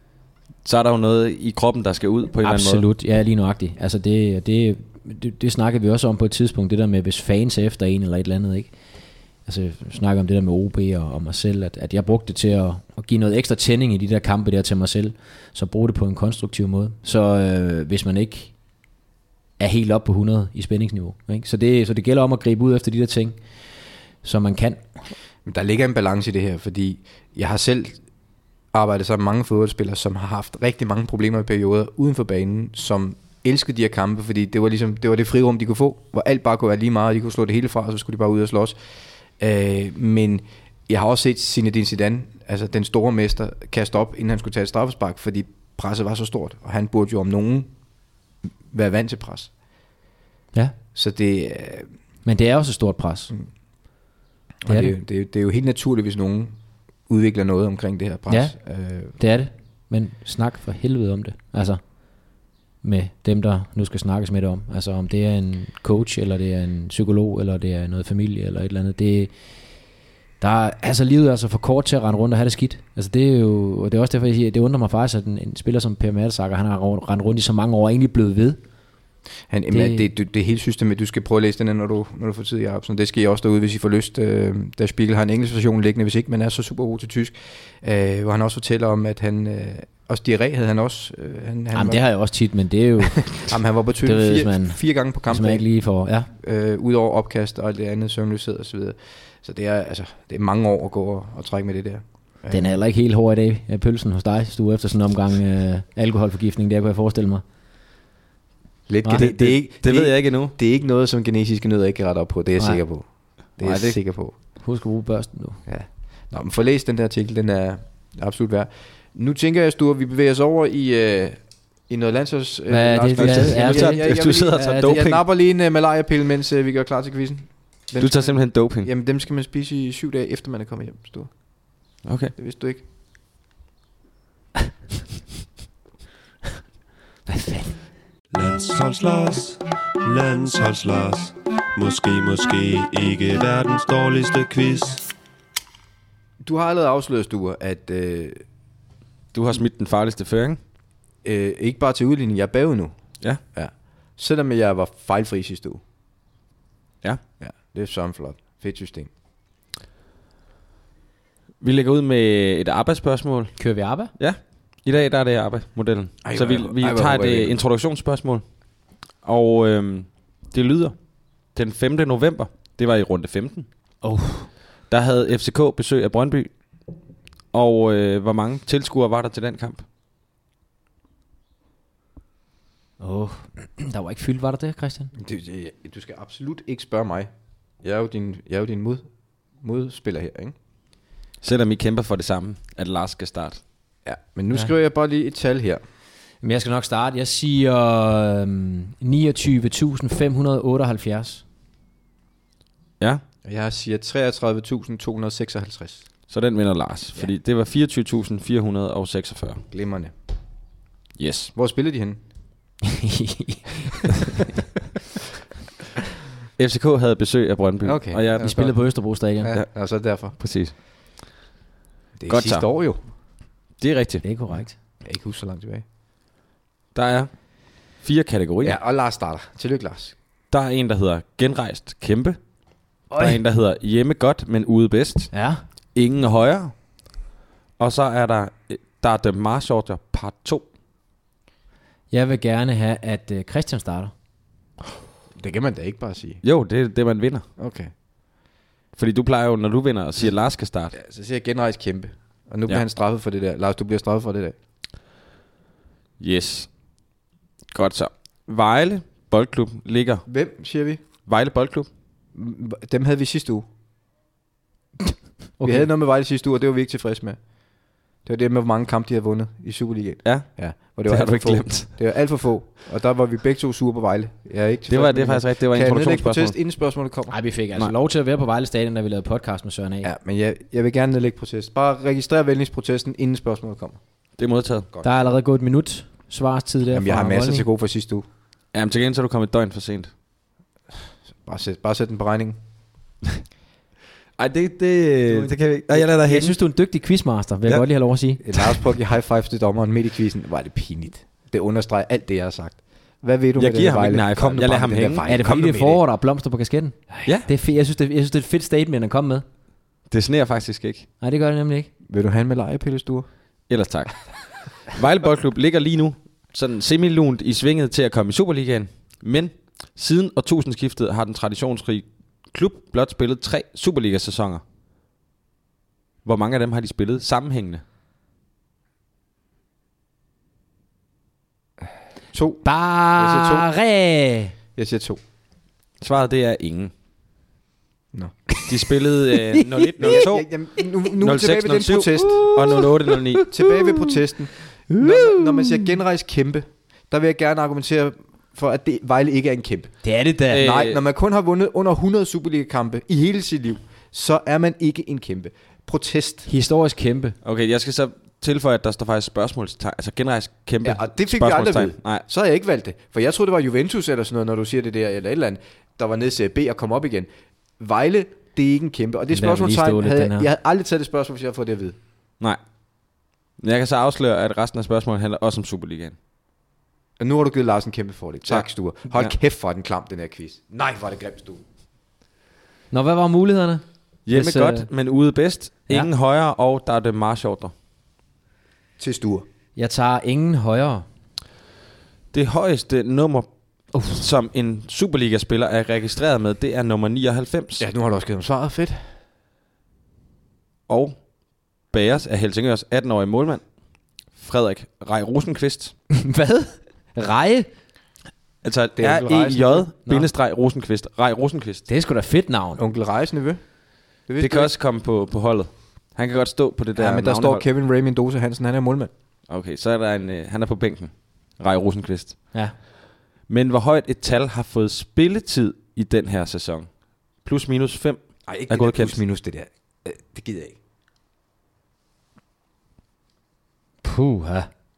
så er der jo noget i kroppen, der skal ud på en Absolut, eller anden måde. Absolut, ja, lige nøjagtigt. Altså det, det, det, det snakker vi også om på et tidspunkt, det der med, hvis fans er efter en eller et eller andet, ikke? Altså jeg snakker om det der med O B og, og mig selv, at, at jeg brugte det til at, at give noget ekstra tænding i de der kampe der til mig selv, så brug det på en konstruktiv måde. Så øh, hvis man ikke er helt op på hundrede i spændingsniveau, ikke? Så, det, så det gælder om at gribe ud efter de der ting, som man kan. Men der ligger en balance i det her, fordi jeg har selv arbejdet sammen med mange fodboldspillere, som har haft rigtig mange problemer i perioder uden for banen, som elskede de her kampe, fordi det var ligesom det var det frirum, de kunne få, hvor alt bare kunne være lige meget, og de kunne slå det hele fra, og så skulle de bare ud og slås. Øh, men jeg har også set Zinedine Zidane, altså den store mester, kaste op, inden han skulle tage et straffespark, fordi presset var så stort, og han burde jo om nogen være vant til pres. Ja. Så det... Øh, men det er også et stort pres. Mm. Det, er det. Det, det, det er jo helt naturligt, hvis nogen udvikler noget omkring det her pres. Ja, det er det. Men snak for helvede om det. Altså, med dem, der nu skal snakkes med det om. Altså, om det er en coach, eller det er en psykolog, eller det er noget familie, eller et eller andet. Det, der er, altså, livet er altså for kort til at rende rundt og have det skidt. Altså, det er jo, og det er også derfor, jeg siger, det undrer mig faktisk, at en, en spiller som Per Mertesacker, han har rendt rundt i så mange år, og egentlig blevet ved. Han, det, jamen, det, det, det er helt systemet. Du skal prøve at læse den, når du, når du får tid i Jacobsen. Det skal I også derude, hvis I får lyst. Øh, der Spiegel har en engelsk version liggende, hvis ikke man er så super god til tysk. Øh, hvor han også fortæller om, at han... Øh, også diarré havde han også. Øh, han, han jamen var, det har jeg også tit, men det er jo... jamen, han var på tysk fire, fire gange på kampen. Ikke lige for, ja. Øh, Udover opkast og alt det andet, søvnløshed og så videre. Så det er, altså, det er mange år at gå og, og trække med det der. Den er heller ikke helt hård i dag, pølsen hos dig, du efter sådan en omgang øh, alkoholforgiftning, der kunne jeg forestille mig. Lidt Nej, det, det, det, det, det ved jeg ikke endnu. Det er ikke noget, som genetiske nødder ikke kan rette op på. Det er jeg Nej. sikker på. Det er Nej, jeg det... sikker på. Husk at bruge børsten nu. Ja. Nå, men få læst den der artikel, den er absolut værd. Nu tænker jeg, Sture, at vi bevæger os over i, øh, i noget landsholds... Øh, Hvad er det, vi havde? Er det- Du sidder og tager doping. Jeg napper lige en uh, malaria-pille, mens uh, vi gør klar til quizzen. Dem Du tager skal- simpelthen doping. Jamen, dem skal man spise i syv dage, efter man er kommet hjem, Sture. Okay. Det vidste du ikke. Landsholds Lars, Landsholds Lars. Måske, måske ikke verdens dårligste quiz. Du har allerede afsløret, Sture, at øh, Du har smidt den farligste føring. øh, ikke bare til udligning, jeg er bagud nu. Ja. Ja. Selvom jeg var fejlfri sidste uge. Ja. Ja, det er sådan flot. Fedt system. Vi lægger ud med et arbejdsspørgsmål. Kører vi ABBA? Ja. I dag der er det arbejdsmodellen. Ej, Så vi, hvor- vi ej, hvor tager håber jeg et ikke. uh, introduktionsspørgsmål. Og øhm, det lyder. Den femte november, det var i runde femten. Oh. Der havde F C K besøg af Brøndby. Og øh, hvor mange tilskuere var der til den kamp? Åh, oh. Der var ikke fyldt, var der det, Christian? Det, det, du skal absolut ikke spørge mig. Jeg er jo din, jeg er jo din mod, modspiller her, ikke? Selvom I kæmper for det samme, at Lars skal starte. Ja, men nu Ja. ja. skriver jeg bare lige et tal her. Men jeg skal nok starte. Jeg siger øhm, niogtyve tusind fem hundrede otteoghalvfjerds. Ja, Og jeg siger treogtredive tusind to hundrede seksoghalvtreds. så den vinder Lars. Fordi det var fireogtyve tusind fire hundrede seksogfyrre. Glimrende. Yes. Hvor spiller de henne? F C K havde besøg af Brøndby. Okay. Og jeg, Vi spillede på Østerbro Stadion. Ja, og så derfor. Præcis. Det er Godt sidste så. år jo. Det er rigtigt. Det er korrekt. Jeg kan ikke huske så langt tilbage. Der er fire kategorier. Ja, og Lars starter. Tillykke, Lars. Der er en, der hedder genrejst kæmpe. Der er en, der hedder hjemme godt, men ude bedst. Ja. Ingen er højere. Og så er der, der er The Marshorter part to. Jeg vil gerne have, at øh, Christian starter. Det kan man da ikke bare sige. Jo, det er det, man vinder. Okay. Fordi du plejer jo, når du vinder, at sige, at Lars skal starte. Ja, så siger jeg genrejse kæmpe. Og nu bliver Ja. han straffet for det der. Lars, du bliver straffet for det der. Yes. Godt så. Vejle Boldklub ligger... Hvem, siger vi? Vejle Boldklub. Dem havde vi sidste uge. Okay. Okay. Vi havde noget med Vejle sidste uge, og det var vi ikke tilfredse med. Det var det med, hvor mange kampe de havde vundet i Superligaen. Ja, Ja, hvor det, var det har alt du for ikke få. glemt. Det var alt for få, og der var vi begge to sure på Vejle. Jeg er ikke Det var, tilfreds det er med faktisk rigtigt. Det var Kan jeg nedlægge introduktionsspørgsmål. protest, inden spørgsmålet kommer? Nej, vi fik altså Nej. lov til at være på Vejle Stadion, da vi lavede podcast med Søren A. Ja, men jeg, jeg vil gerne nedlægge protest. Bare registrer venligprotesten, inden spørgsmålet kommer. Det er modtaget. Der er allerede gået et minut svarstid der. Jamen, jeg fra har masser Rolling. til gode for sidste uge. Jamen til gengæld så er du kommet et døgn for sent. Bare sæt, bare sæt den på regningen. Ej, det, det, det kan vi ikke. Ej, jeg lader dig Jeg hænge. synes, du er en dygtig quizmaster, vil jeg Ja. godt lige have lov at sige. Lars prøver at give high five til dommeren midt i quizzen. Hvor er det pinligt. Det understreger alt det, jeg har sagt. Hvad ved du Jeg med giver den ham der ikke en Vejle? high five. Kom nu Jeg lader bare ham med den der hænge. Vejle. Er det Kom fordi, nu det er med forår, der er blomster på kasketten? Ja, Det er fedt. Jeg synes, det, jeg synes, det er et fedt statement at komme med. det sneer faktisk ikke. Nej, det gør det nemlig ikke. Vil du have en med lejepillestue? Ellers tak. Vejle Boldklub ligger lige nu sådan semi-lunt i svinget til at komme i Superligaen. Men siden årtusindskiftet har den traditionsrige klub blot spillet tre Superliga-sæsoner. Hvor mange af dem har de spillet sammenhængende? To. Bare! Jeg siger to. Svaret det er ingen. Nå. De spillede øh, nul et nul to, Jamen, nu, nu nul tilbage seks ved nul den syv protest. og nul otte nul ni. Tilbage ved protesten. Når, når man siger genrejse kæmpe, der vil jeg gerne argumentere for, at det, Vejle ikke er en kæmpe. Det er det da. Øh, Nej, når man kun har vundet under hundrede Superliga-kampe i hele sit liv, så er man ikke en kæmpe. Protest. Historisk kæmpe. Okay, jeg skal så tilføje, at der står faktisk spørgsmålstegn. Altså genrejse kæmpe. Ja, og det fik vi aldrig spørgsmålstegn. ved. Nej, Så har jeg ikke valgt det. For jeg troede, det var Juventus eller sådan noget, når du siger det der, eller et eller andet, der var nede i Serie B og kom op igen. Vejle, det er ikke en kæmpe. Og det Den lader vi lige stå spørgsmålstegn, lidt, havde, den her. jeg havde aldrig taget det spørgsmål, hvis jeg havde fået det at vide. nej. Men jeg kan så afsløre, at resten af spørgsmålet handler også om Superligaen. Og nu har du givet Lars en kæmpe fordel. Tak, Ja. Sture. Hold Ja. kæft for den klam, den her quiz. Nej, hvor er det grimt, Sture. Nå, hvad var mulighederne? Hjemme Hvis, godt, øh, men ude bedst. ja. Ingen højere, og der er det marchordre. Til Sture. Jeg tager ingen højere. Det højeste nummer, uh, som en Superliga-spiller er registreret med, det er nummer nioghalvfems. Ja, nu har du også givet ham svaret. Fedt. Og Bagers er Helsingørs atten-årige målmand, Frederik Rej Rosenqvist. Hvad? Reje? Altså Det er onkel Rejsen. R-E-J Rosenqvist. Rej Rosenqvist. Det er sgu da fedt navn. Onkel Rejs nevø. Det, Det kan også komme på, på holdet. Han kan godt stå på det der Ja, men der står navnehold. Kevin Ray Mendoza Hansen, han er målmand. Okay, så er der en, øh, han er på bænken. Rej Rosenqvist. Ja. Men hvor højt et tal har fået spilletid i den her sæson? Plus minus fem. Nej, ikke er det der godkendt. plus minus det der. Øh, Det gider jeg ikke. Puha.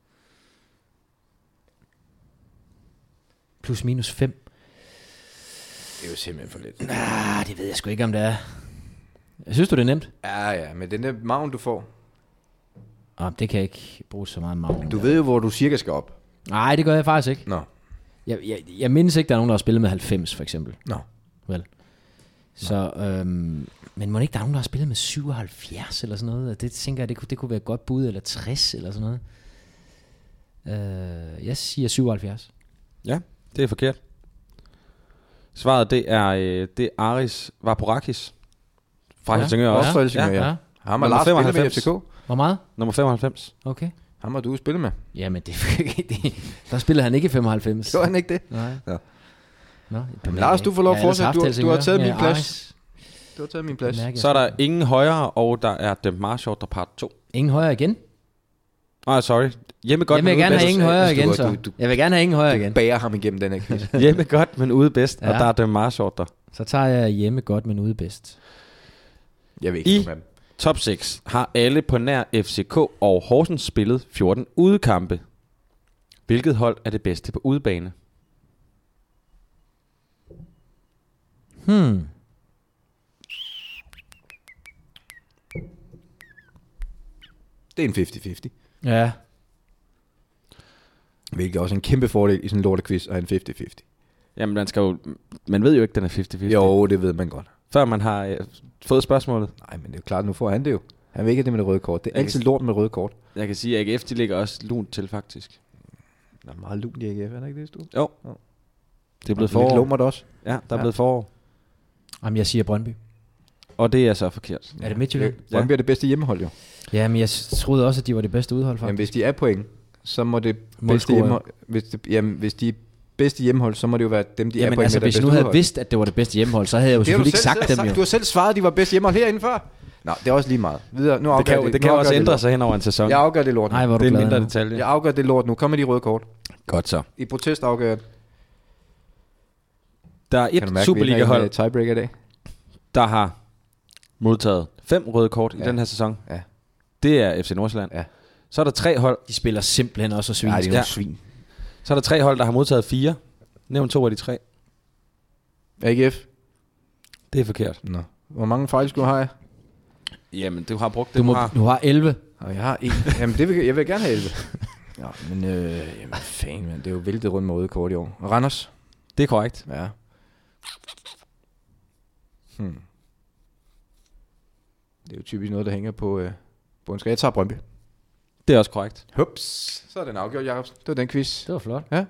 Plus minus fem. Det er jo simpelthen for lidt. Ah, det ved jeg sgu ikke, om det er. Synes du, det er nemt? Ja, ja, men den der maven, du får. Ah, det kan jeg ikke bruge så meget maven. Du ved jo, hvor du cirka skal op. Nej, det gør jeg faktisk ikke. Nå. Jeg, jeg, jeg mindes ikke, der er nogen, der har spillet med halvfems, for eksempel. Nå. Vel. Så, øhm, men må ikke, der er nogen, der har spillet med syvoghalvfjerds eller sådan noget? Det tænker jeg, det kunne, det kunne være et godt bud, eller tres eller sådan noget. Øh, jeg siger syvoghalvfjerds. Ja, det er forkert. Svaret, det er, øh, det er Aris Vaporakis fra Ja. Helsingør Også også. fra Helsingør, ja. ja. Ham og Nummer Lars spiller med femoghalvfems. F C K. Hvor meget? Nummer femoghalvfems. Okay. Ham har du spillet med. Jamen, det, det, der spillede han ikke i femoghalvfems. Så han ikke det? Nej. Nå. Nå, Jamen, Lars, du får lov at Jeg har ellers fortsætte. haft Du, du Helsingør. har taget min Ja, plads. Aris. Du har taget min plads. Mærke, Så er der ingen højere, og der er Dem Marshorter part to. Ingen højere igen? Nej, sorry. Hjemme godt, Jeg vil men gerne ude have ingen højere Altså, du- igen, du- så. du- Jeg vil gerne have ingen højere igen. Bærer ham igennem den her quiz. bedst. Hjemme godt, men ude bedst, ja. Ja. Og der er Dem Marshorter. Så tager jeg hjemme godt, men ude bedst. Jeg ved ikke, I nogen af dem. top seks har alle på nær F C K og Horsens spillet fjorten udekampe. Hvilket hold er det bedste på udebane? Hmm. Det er en halvtreds halvtreds. Ja. Hvilket er også en kæmpe fordel i sådan en lortequiz at have en halvtreds halvtreds. Jamen, man skal jo... Man ved jo ikke, den er halvtreds halvtreds. Jo, det ved man godt. Før man har øh, fået spørgsmålet. Nej, men det er jo klart, nu får han det jo. Han vil ikke have det med det røde kort. Det er Jeg altid kan- lort med røde kort. Jeg kan sige, at A G F, de ligger også lunt til, faktisk. Der er meget lunt i A G F, er der ikke det, Stu? Jo. Jo. Det er blevet Lidt forår. lummert også. Ja, der er Ja. blevet forår. Jamen, jeg siger Brøndby. Og det er så forkert. Er det Midtjylland? Ja. Brøndby er det bedste hjemmehold, jo. Ja, men jeg troede også, at de var det bedste udhold, Jamen, faktisk. hvis de er point, så må det bedste Målscorer. hjemmehold... Hvis, det, jamen, hvis de er bedste hjemmehold, så må det jo være dem, de er Jamen, point altså, med, der er hvis jeg bedste nu havde udhold. vidst, at det var det bedste hjemmehold, så havde jeg jo Det har du selvfølgelig ikke selv sagt selv dem, jo. Du har selv svaret, at de var bedste hjemmehold herinde før. Nå, det er også lige meget. Videre. Nu Det kan, jo, det kan jo også ændre sig hen over en sæson. Jeg afgør det lort nu. Nej, hvor er du Det er en glad mindre nu. detalje. Jeg afgør det lort nu. Kom med de røde kort. Godt så. I protest afgør jeg. Der er Kan du et mærke, Superliga-hold, vi er tiebreaker i dag? der har modtaget fem røde kort Ja. i den her sæson. Ja. Det er F C Nordsjælland. Ja. Så er der tre hold, De spiller simpelthen også så svin. Nej, det er nogle Ja. svin. så er der tre hold, der har modtaget fire. Nævn to af de tre. A G F. Det er forkert. Nå. Hvor mange fejlskud har jeg? Jamen, du har brugt det, Du, må, har. du har elleve. Og jeg har en. Jamen, det vil, jeg vil gerne have elleve. Ja, men øh, jamen, fanden, man. Det er jo væltet rundt med røde kort i år. Og Randers? Det er korrekt. Ja. Hmm. Det er jo typisk noget, der hænger på, øh, på en skal. Jeg tager Brøndby. Det er også korrekt. Hups. Så er den afgjort, Jacobsen. Det var den quiz. Det var flot. Ja.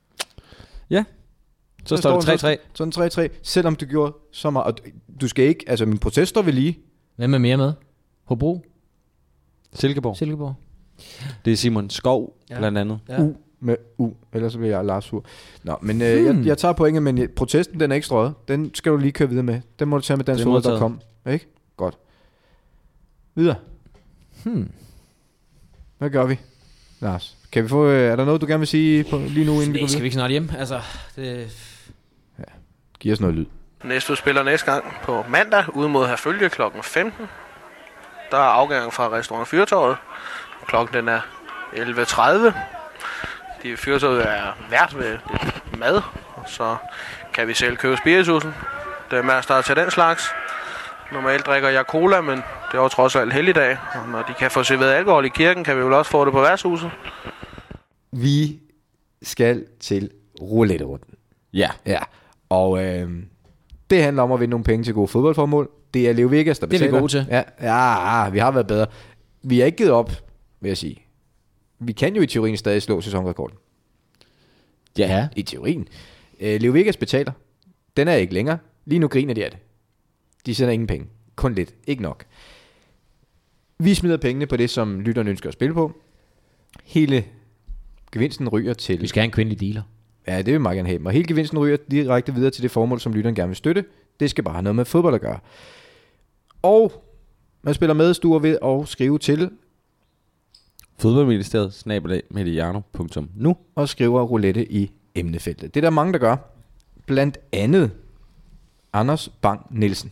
Så, så står det tre tre. Så er den tre tre. Selvom du gjorde så meget. Og du skal ikke... Altså, min protest står ved lige. Hvem er mere med? Hobro? Silkeborg. Silkeborg? Det er Simon Skov, Ja. blandt andet. Ja. U med U. Ellers så bliver jeg Lars sur. Nå, men øh, jeg, jeg tager pointet, men jeg- protesten, den er ikke strøget. Den skal du lige køre videre med. Den må du tage med dansk Det er hoved, der modtaget. kom. Ikke? Godt. Videre. Hmm. Hvad gør vi, Lars? Kan vi få... Øh, er der noget, du gerne vil sige på, lige nu, inden vi går Nej, skal videre? vi ikke snart hjem? Altså, det... Giv os noget lyd. Næste spiller næste gang på mandag ude mod Herfølge klokken femten. Der er afgang fra restaurant Fyrtåret. Klokken den er elleve tredive. De Fyrtåret er vært ved lidt mad, så kan vi selv købe spiritusen. Det er masser der til den slags. Normalt drikker jeg cola, men det er jo trods alt helligdag. Og når de kan få serveret alkohol i kirken, kan vi vel også få det på værtshuset. Vi skal til roulette-runden. Ja. Ja. Og øh, det handler om at vinde nogle penge til gode fodboldformål. Det er Leo Vegas, der Det er vi betaler. gode til. Ja, ja, vi har været bedre. Vi har ikke givet op, vil jeg sige. Vi kan jo i teorien stadig slå sæsonrekorden. Ja. I teorien. Øh, Leo Vegas betaler. Den er ikke længere. Lige nu griner de af det. De sender ingen penge. Kun lidt. Ikke nok. Vi smider pengene på det, som lytterne ønsker at spille på. Hele gevinsten ryger til... Vi skal have en kvindelig dealer. Ja, det vil jeg meget gerne have. Og hele gevinsten ryger direkte videre til det formål, som lytteren gerne vil støtte. Det skal bare have noget med fodbold at gøre. Og Man spiller med stuer ved at skrive til Fodboldministeriet, snabelag, mediano punktum nu. og skriver roulette i emnefeltet. Det er der mange, der gør. Blandt andet Anders Bang Nielsen.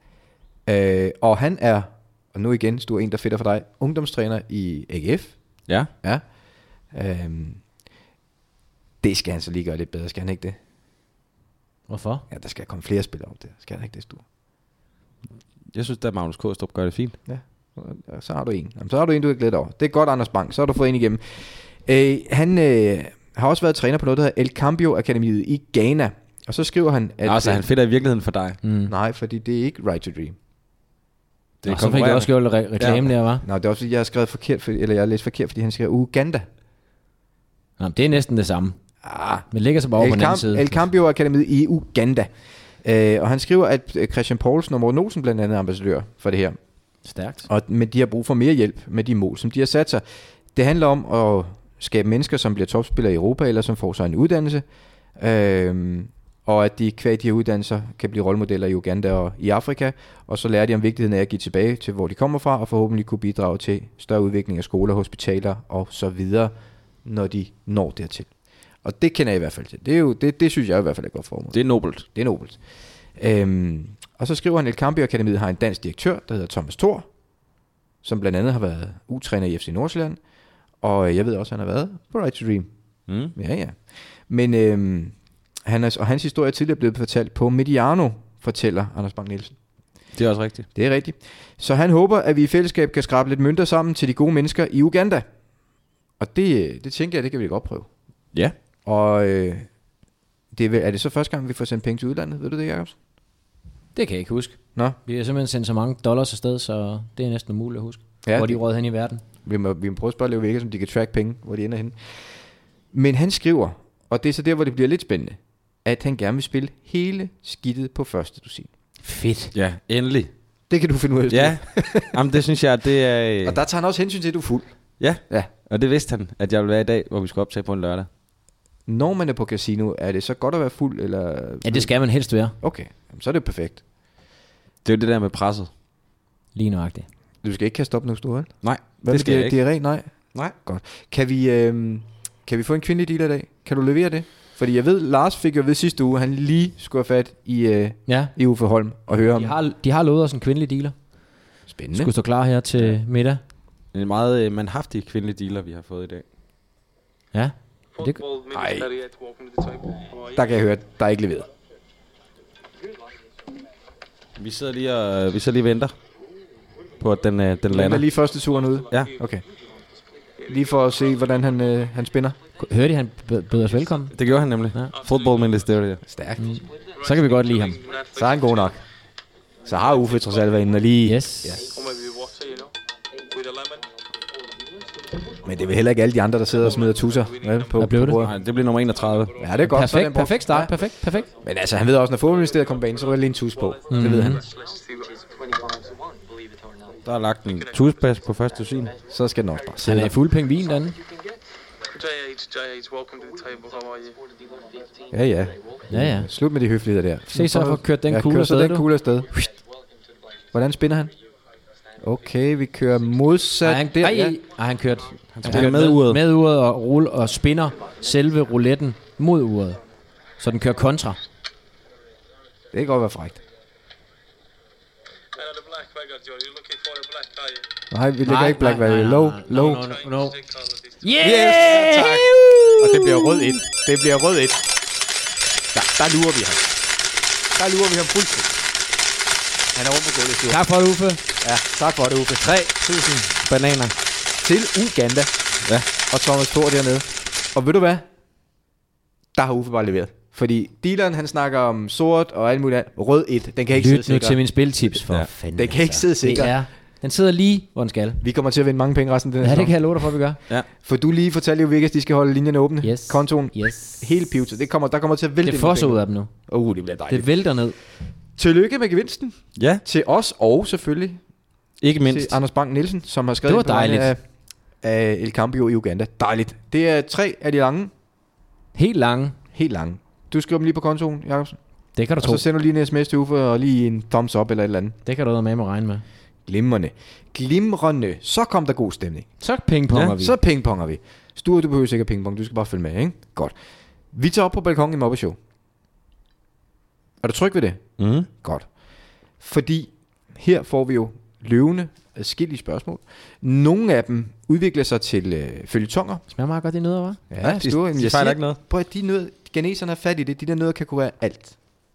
Øh, og han er, og nu igen, du er en, der fedter for dig, ungdomstræner i A G F. Ja. Ja. Øhm, det skal han så lige gøre lidt bedre, skal han ikke det? Hvorfor? Ja, der skal komme flere spillere op der. Skal han ikke det, Sture? Jeg synes, at Magnus Kåstrup gør det fint. Ja, og så har du en. Jamen, så har du en, du er glædet over. Det er godt, Anders Bang. Så har du fået en igennem. Øh, han øh, har også været træner på noget, der hedder El Cambio Akademiet i Ghana. Og så skriver han, at... Altså, han fedter i virkeligheden for dig. Mm. Nej, fordi det er ikke Right to Dream. Det er så fik jeg også gjort re- reklame ja. Der, var. Nej, det er også fordi, jeg har skrevet forkert, for, eller jeg har læst forkert, fordi han skriver Uganda. Nå, det er næsten det samme. Ah. Men ligger så bare over på den anden side. El Cambio Akademiet i Uganda. Øh, og han skriver, at Christian Poulsen og Morten Olsen blandt andet er ambassadør for det her. Stærkt. Og men de har brug for mere hjælp med de mål, som de har sat sig. Det handler om at skabe mennesker, som bliver topspillere i Europa, eller som får sig en uddannelse. Øh, og at de kvad de her uddannelser kan blive rollemodeller i Uganda og i Afrika. Og så lærer de om vigtigheden af at give tilbage til, hvor de kommer fra, og forhåbentlig kunne bidrage til større udvikling af skoler, hospitaler og så videre, når de når dertil. Og det kender jeg i hvert fald til. Det, er jo, det, det synes jeg i hvert fald er et godt formål. Det er nobelt. Det er nobelt. Øhm, og så skriver han, at El Cambio Akademiet har en dansk direktør, der hedder Thomas Thor, som blandt andet har været U-træner i F C Nordsjælland. Og jeg ved også, at han har været på Right to Dream. Mm. Ja, ja. Men øhm, han er, og hans historie er tidligere blevet fortalt på Mediano, fortæller Anders Bang Nielsen. Det er også rigtigt. Det er rigtigt. Så han håber, at vi i fællesskab kan skrabe lidt mønter sammen til de gode mennesker i Uganda. Og det, det tænker jeg, det kan vi godt prøve. Ja. Og øh, det er, er det så første gang, vi får sendt penge til udlandet? Ved du det, Jacobsen? Det kan jeg ikke huske. Nå. Vi har simpelthen sendt så mange dollars afsted, så det er næsten umuligt at huske. Ja, hvor de råd hen i verden. Vi må, vi må prøve at spørge Leo Vækker, som de kan track penge, hvor de ender henne. Men han skriver, og det er så der, hvor det bliver lidt spændende, at han gerne vil spille hele skidtet på første dusin. Fedt. Ja, endelig. Det kan du finde ud af. Ja, jamen det synes jeg, det er... Og der tager han også hensyn til, at du er fuld. Ja, ja. Og det vidste han, at jeg ville være i dag, hvor vi skulle optage på en lørdag. Når man er på casino, er det så godt at være fuld? Eller? Ja, det skal man helst være. Okay, så er det perfekt. Det er jo det der med presset. Lige nøjagtigt. Du skal ikke kaste op nu, Sture? Nej, hvad det skal jeg ikke. Det er rent, nej? Nej. Godt. Kan vi, øh, kan vi få en kvindelig dealer i dag? Kan du levere det? Fordi jeg ved, Lars fik jo ved sidste uge, han lige skulle have fat i, øh, ja. i Uffe Holm og høre de om. Har, de har lovet os en kvindelig dealer. Spændende. Skulle stå klar her til middag. En meget øh, manhaftig kvindelig dealer, vi har fået i dag. Ja. Det, ej. Der kan jeg høre, der er ikke leveret. Vi sidder lige og vi sidder lige og venter på, at den, øh, den lander. Lander lige første turen ude? Ja. Okay. Lige for at se, hvordan han, øh, han spinner. Hørte I, han bød os velkommen? Det gjorde han nemlig. Ja. Football Ministeriet. Stærkt. Mm. Så kan vi godt lide ham. Så er han god nok. Så har Uffe trods alt været inde og lige... Yes. yes. Men det er vel heller ikke alle de andre, der sidder og smider tusser ja, på, Hvad blev det? Nej, det bliver nummer enogtredive. Ja, det er godt. Perfekt, perfekt start. Ja. Perfekt, perfekt. Men altså, han ved også, når fodboldministeriet kommer banen, så er der lige en tus på. Mm. Det ved han. Der er lagt en tuspas på første dusin. Så skal den også bare Han er i fuld penge vin, den. Ja, ja. Ja, ja. Slut med de høfligheder der. Se så for at køre den ja, kugle afsted, den kugle afsted. Hvordan spinner han? Okay, vi kører modsat. Ej, han, der, ej, ja. ej, han kørt, han spiller med uret. Med uret og, rulle, og spinner selve rouletten mod uret. Så den kører kontra. Det kan godt være frækt. Nej, vi lægger ikke black value. Low, low. No, no, no, no. Yeah! Yes, tak. Og det bliver rød et. Det bliver rød et. Der, der lurer vi ham. Der lurer vi ham fuldstændig. Han er rundt på gulvet. Tak for det, Uffe. Ja, tak for det, Uffe. tre tusind bananer til Uganda. Ja. Og Thomas Thor dernede. Og ved du hvad? Der har Uffe bare leveret. Fordi dealeren, han snakker om sort og alt muligt. Rød et. Den kan ikke Lyt sidde sikkert. nu til min spiltips for ja. fanden. Den kan ikke sidde sikkert. Ja. Den sidder lige, hvor den skal. Vi kommer til at vinde mange penge resten af den Ja, sæson. det kan jeg love dig for, vi gør. Ja. For du lige fortalte jo Vegas, de skal holde linjen åbne. Yes. Kontoen. Yes. Hele pivet. Det kommer, der kommer til at vælte. Det får så ud af dem nu. Uh, det bliver dejligt. Det vælter ned. Tillykke med gevinsten. Ja. Til os og selvfølgelig. Ikke mindst. Til Anders Bang Nielsen, som har skrevet det var dejligt. Af, af El Cambio i Uganda. Dejligt. Det er tre af de lange. Helt lange. Helt lange. Du skriver dem lige på kontoen, Jacobsen. Det kan du og tro. Og så sender du lige en sms til Uffe og lige en thumbs up eller et eller andet. Det kan du med med regne med. Glimrende. Glimrende. Så kom der god stemning. Så pingponger Ja, vi. så pingponger vi. Sture, du behøver sikkert pingpong. Du skal bare følge med, ikke? Godt. Vi tager op på balkongen i Mobbeshow. Er du tryg ved det? Mm. Godt. Fordi her får vi jo løvende adskillige spørgsmål. Nogle af dem udvikler sig til øh, følgetonger. Smager meget godt, de nødder, hva'? Ja, de- Sture, de jeg fejler siger, ikke noget. Prøv at de nødder, geneserne er fat i det. De der nødder kan kurere alt.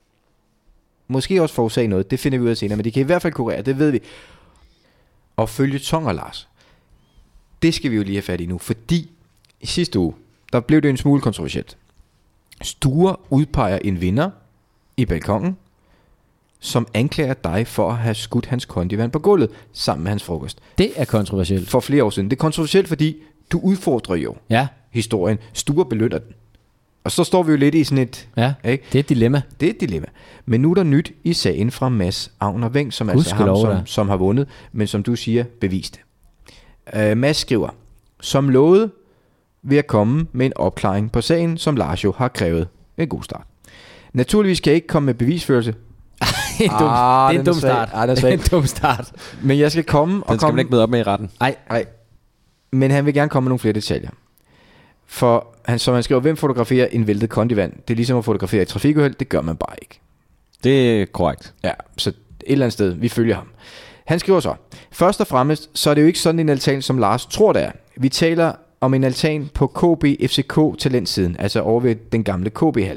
Måske også forårsage noget. Det finder vi ud af senere. Men de kan i hvert fald kurere, det ved vi. Og følgetonger, Lars. Det skal vi jo lige have fat i nu. Fordi i sidste uge, der blev det en smule kontroversielt. Sture udpeger en vinder i balkongen, som anklager dig for at have skudt hans kondivand på gulvet sammen med hans frokost. Det er kontroversielt. For flere år siden. Det er kontroversielt, fordi du udfordrer jo Ja, historien. Sture belønner den. Og så står vi jo lidt i sådan et... ja. Ikke? Det er et dilemma. Det er et dilemma. Men nu er der nyt i sagen fra Mads Agner Weng, som altså er ham, Gudskelov da. som, som har vundet, men som du siger, beviste. Uh, Mads skriver, som lovet vil jeg komme med en opklaring på sagen, som Lars jo har krævet. En god start. Naturligvis kan jeg ikke komme med bevisførelse, Det er en dum, Ah, det er en den er dum svag. start. Ah, den er Det svag. er en dum start. men jeg skal komme og Den skal komme... man ikke møde op med i retten. Nej, Nej. Men han vil gerne komme med nogle flere detaljer. For han, som han skriver, hvem fotograferer en væltet kondivand? Det er ligesom at fotografere et trafikuheld. Det gør man bare ikke. Det er korrekt. Ja, så et eller andet sted, vi følger ham. Han skriver så, først og fremmest, så er det jo ikke sådan en altan, som Lars tror, det er. Vi taler om en altan på K B F C K talentsiden, altså over ved den gamle K B-hal.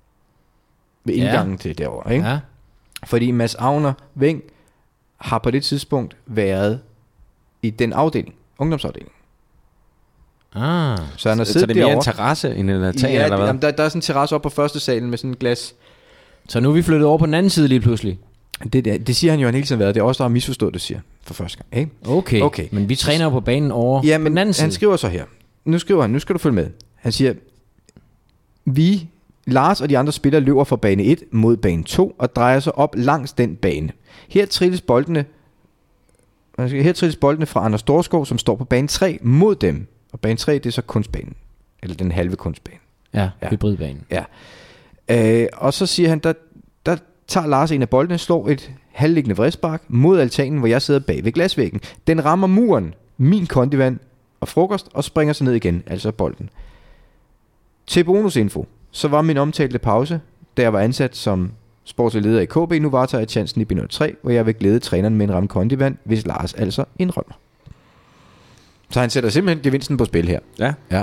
Ved Ja. indgangen til derovre, ikke? ja. Fordi Mads Agner Weng har på det tidspunkt været i den afdeling, ungdomsafdeling. Ah. Så han har Så siddet det er mere en derovre. terrasse end en altan, Ja, eller hvad? jamen, der, der er sådan en terrasse op på første salen med sådan en glas. Så nu er vi flyttet over på den anden side lige pludselig. Det, det, det siger han jo, han hele tiden været. Det er også der har misforstået det, siger for første gang. Ikke? Okay. Okay. Men vi træner jo på banen over Ja, på men den anden side. han skriver så her. Nu skriver han, nu skal du følge med. Han siger, vi, Lars og de andre spillere løber fra bane et mod bane to og drejer sig op langs den bane. Her trilles boldene, her trilles boldene fra Anders Storskov, som står på bane tre, mod dem. Og bane tre, det er så kunstbanen. Eller den halve kunstbane. Ja, Ja. hybridbanen. Ja. Øh, og så siger han, der, der tager Lars en af boldene, slår et halvliggende vridspark mod altanen, hvor jeg sidder bag ved glasvæggen. Den rammer muren, min kondivand og frokost, og springer så ned igen, altså bolden. Til bonusinfo, så var min omtalte pause, da jeg var ansat som sportsleder i K B, nu varetager jeg chancen i B nul tre, hvor jeg vil glæde træneren med en ramme kondivand, hvis Lars altså indrømmer. Så han sætter simpelthen gevinsten på spil her. Ja. Ja.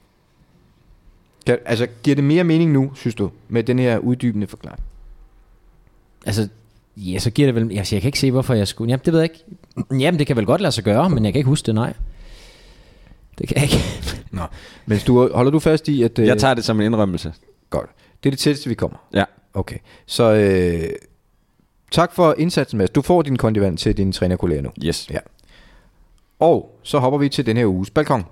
Kan, altså, giver det mere mening nu, synes du, med den her uddybende forklaring? Altså, ja, så giver det vel... Altså, jeg kan ikke se, hvorfor jeg skulle... Jamen, det ved jeg ikke. Jamen, det kan vel godt lade sig gøre, men jeg kan ikke huske det, nej. Det kan jeg ikke. Nå. Men du, holder du fast i, at... Øh, Jeg tager det som en indrømmelse. Godt. Det er det tætteste, vi kommer. Ja. Okay. Så øh, tak for indsatsen, Mads. Du får din kondivand til dine trænerkolleger nu. Yes. Ja. Og så hopper vi til den her uges balkon.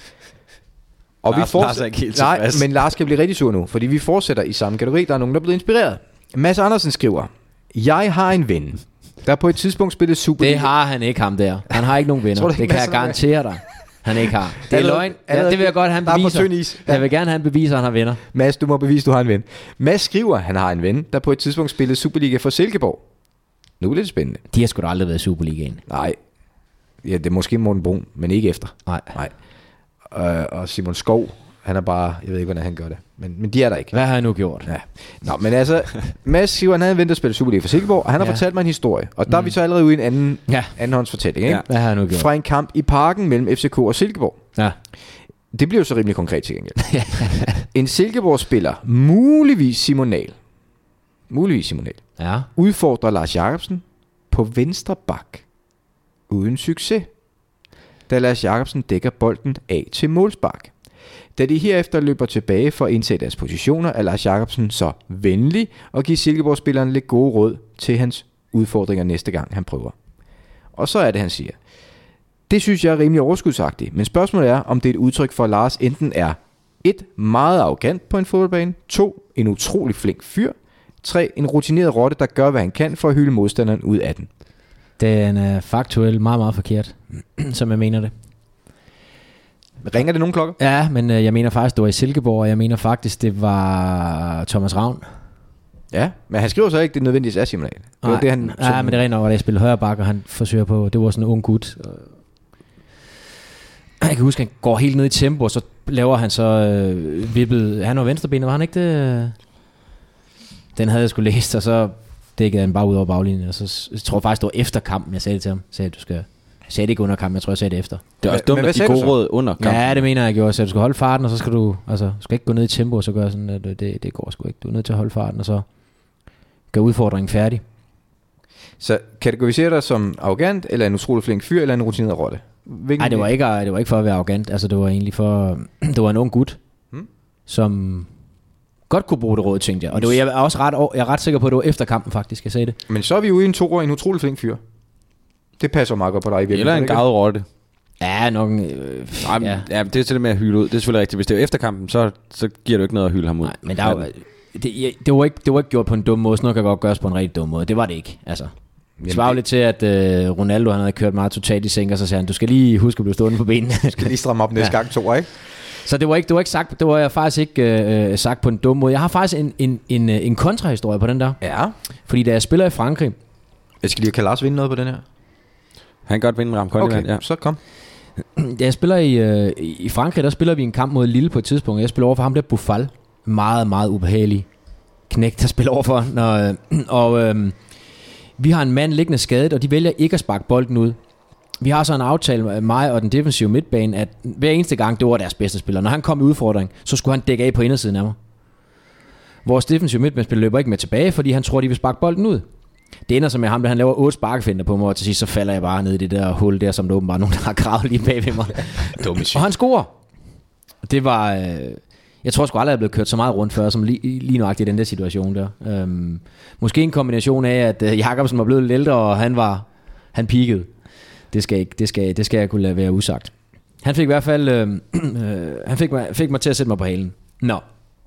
Og Lars- Lars er ikke helt Nej, tilfreds. men Lars skal blive rigtig sur nu, fordi vi fortsætter i samme kategori. Der er nogen, der er blevet inspireret. Mads Andersen skriver, jeg har en ven, der på et tidspunkt spillede Superliga. Det har han ikke, ham der. Han har ikke nogen venner. Tror du Det ikke, kan jeg Mads, han er- garantere dig. Han ikke har. Det er Allerede- løgn. Ja, allerede- det vil jeg godt have, der er han på beviser. tynd is. Ja. Jeg vil gerne have, han beviser, at han har venner. Mads, du må bevise, du har en ven. Mads skriver, han har en ven, der på et tidspunkt spillede Superliga for Silkeborg. Nu er det spændende. De har sgu da aldrig været i Superligaen. Nej. Ja, det er måske Morten Brun, men ikke efter. Nej. Nej. Øh, og Simon Skov, han er bare, jeg ved ikke, hvordan han gør det. Men, men de er der ikke. Hvad har jeg nu gjort? Ja. Nå, men altså, Mads skriver, han havde en ven, der spillede Superliga for Silkeborg, og han har Ja. fortalt mig en historie. Og der er vi så allerede ude i en anden, Ja. andenhåndsfortælling, ikke? Ja. Hvad har jeg nu gjort? Fra en kamp i parken mellem F C K og Silkeborg. Ja. Det bliver jo så rimelig konkret til gengæld. En Silkeborg-spiller, muligvis Simon Nahl, muligvis Simon Nahl, Ja. udfordrer Lars Jacobsen på venstre bak uden succes, da Lars Jacobsen dækker bolden af til målspark. Da de herefter løber tilbage for at indtage deres positioner, er Lars Jacobsen så venlig og giver Silkeborg-spilleren lidt gode råd til hans udfordringer næste gang han prøver. Og så er det, han siger. Det synes jeg er rimelig overskudsagtigt, men spørgsmålet er, om det er et udtryk for, at Lars enten er et meget arrogant på en fodboldbane, to en utrolig flink fyr, tre en rutineret rotte, der gør, hvad han kan for at hylde modstanderen ud af den. Den er faktuelt meget, meget forkert, som jeg mener det. Ringer det nogle klokker? Ja, men øh, jeg mener faktisk, det var i Silkeborg, og jeg mener faktisk, det var Thomas Ravn. Ja, men han skriver så ikke, det nødvendigvis er Simon Ahl. Det var det, han, ja, sådan, men det er rent nok, at jeg spiller højre bakke, og han forsøger på, det var sådan en ung gut. Jeg kan huske, han går helt ned i tempo, og så laver han så øh, vippet. Han var venstrebenet, var han ikke det? Den havde jeg sgu læst, og så dækkede han bare ud over baglinjen. Og så jeg tror faktisk, det var efter kampen, jeg sagde det til ham. Jeg sagde, du skal... Jeg sagde det ikke under kampen, jeg tror, jeg sagde det efter. Det er også dumt, at de gode råd under kampen. Ja, det mener jeg gjorde. Så du skal holde farten, og så skal du... Altså, du skal ikke gå ned i tempo, og så gøre sådan, at det, det går sgu ikke. Du er nødt til at holde farten, og så gør udfordringen færdig. Så kategoriserer dig som arrogant, eller en utrolig flink fyr, eller en rutineret rotte? Nej, det var ikke det var ikke for at være arrogant. Altså, det var egentlig for... det var en ung gut, hmm? som godt kunne bruge det råd, tænkte jeg. Og det var, jeg er også ret, jeg er ret sikker på, at det var efter kampen, faktisk, jeg sagde det. Men så er vi ude i en toer, en utrolig flink fyr. Det passer meget godt på dig i virkeligheden. Eller en gavet rotte. Ja, nok en, øh, Nej, ja. ja, det er til det med at hyle ud. Det er selvfølgelig rigtigt. Hvis det er efter kampen, så, så giver du ikke noget at hyle ham ud. Nej, men der var, det, jeg, det, var ikke, det var ikke gjort på en dum måde. Sådan noget kan godt gøres på en rigtig dum måde. Det var det ikke, altså. Det svarer lidt til, at øh, Ronaldo han havde kørt meget totalt i sænk, og så sagde han, du skal lige huske at blive stående på benene. Du skal lige stramme op næste ja. gang to, ikke? Så det var ikke, det var ikke sagt, det var jeg faktisk ikke øh, sagt på en dum måde. Jeg har faktisk en, en, en, en kontrahistorie på den der. Ja. Fordi da jeg spiller i Frankrig... Jeg skal lige kan Lars vinde noget på den her. Han kan godt vinde en ram. Okay, ja. Så kom. Da jeg spiller i, øh, i Frankrig, der spiller vi en kamp mod Lille på et tidspunkt. Jeg spiller over for ham der Buffal. Meget, meget ubehagelig knægt, der spiller over for. Når, øh, og øh, vi har en mand liggende skadet, og de vælger ikke at sparke bolden ud. Vi har så en aftale med mig og den defensive midtbane, at hver eneste gang, det var deres bedste spiller. Når han kom i udfordring, så skulle han dække af på indersiden af mig. Vores defensive midtbanespiller løber ikke med tilbage, fordi han tror, de vil sparke bolden ud. Det ender så med ham, da han laver otte sparkefinder på mig, og til sidst så falder jeg bare ned i det der hul der, som der åbenbart nogen, der har gravet lige bag ved mig. Og han scorer. Det var... Øh, jeg tror sgu aldrig, jeg er blevet kørt så meget rundt før, som lige, lige nøjagtigt i den der situation der. Øhm, måske en kombination af, at øh, Jakobsen var blevet lidt ældre, og han var... Han peakede. Det skal, ikke, det, skal, det skal jeg kunne lade være usagt. Han fik i hvert fald øh, øh, han fik mig, fik mig til at sætte mig på halen. Nå.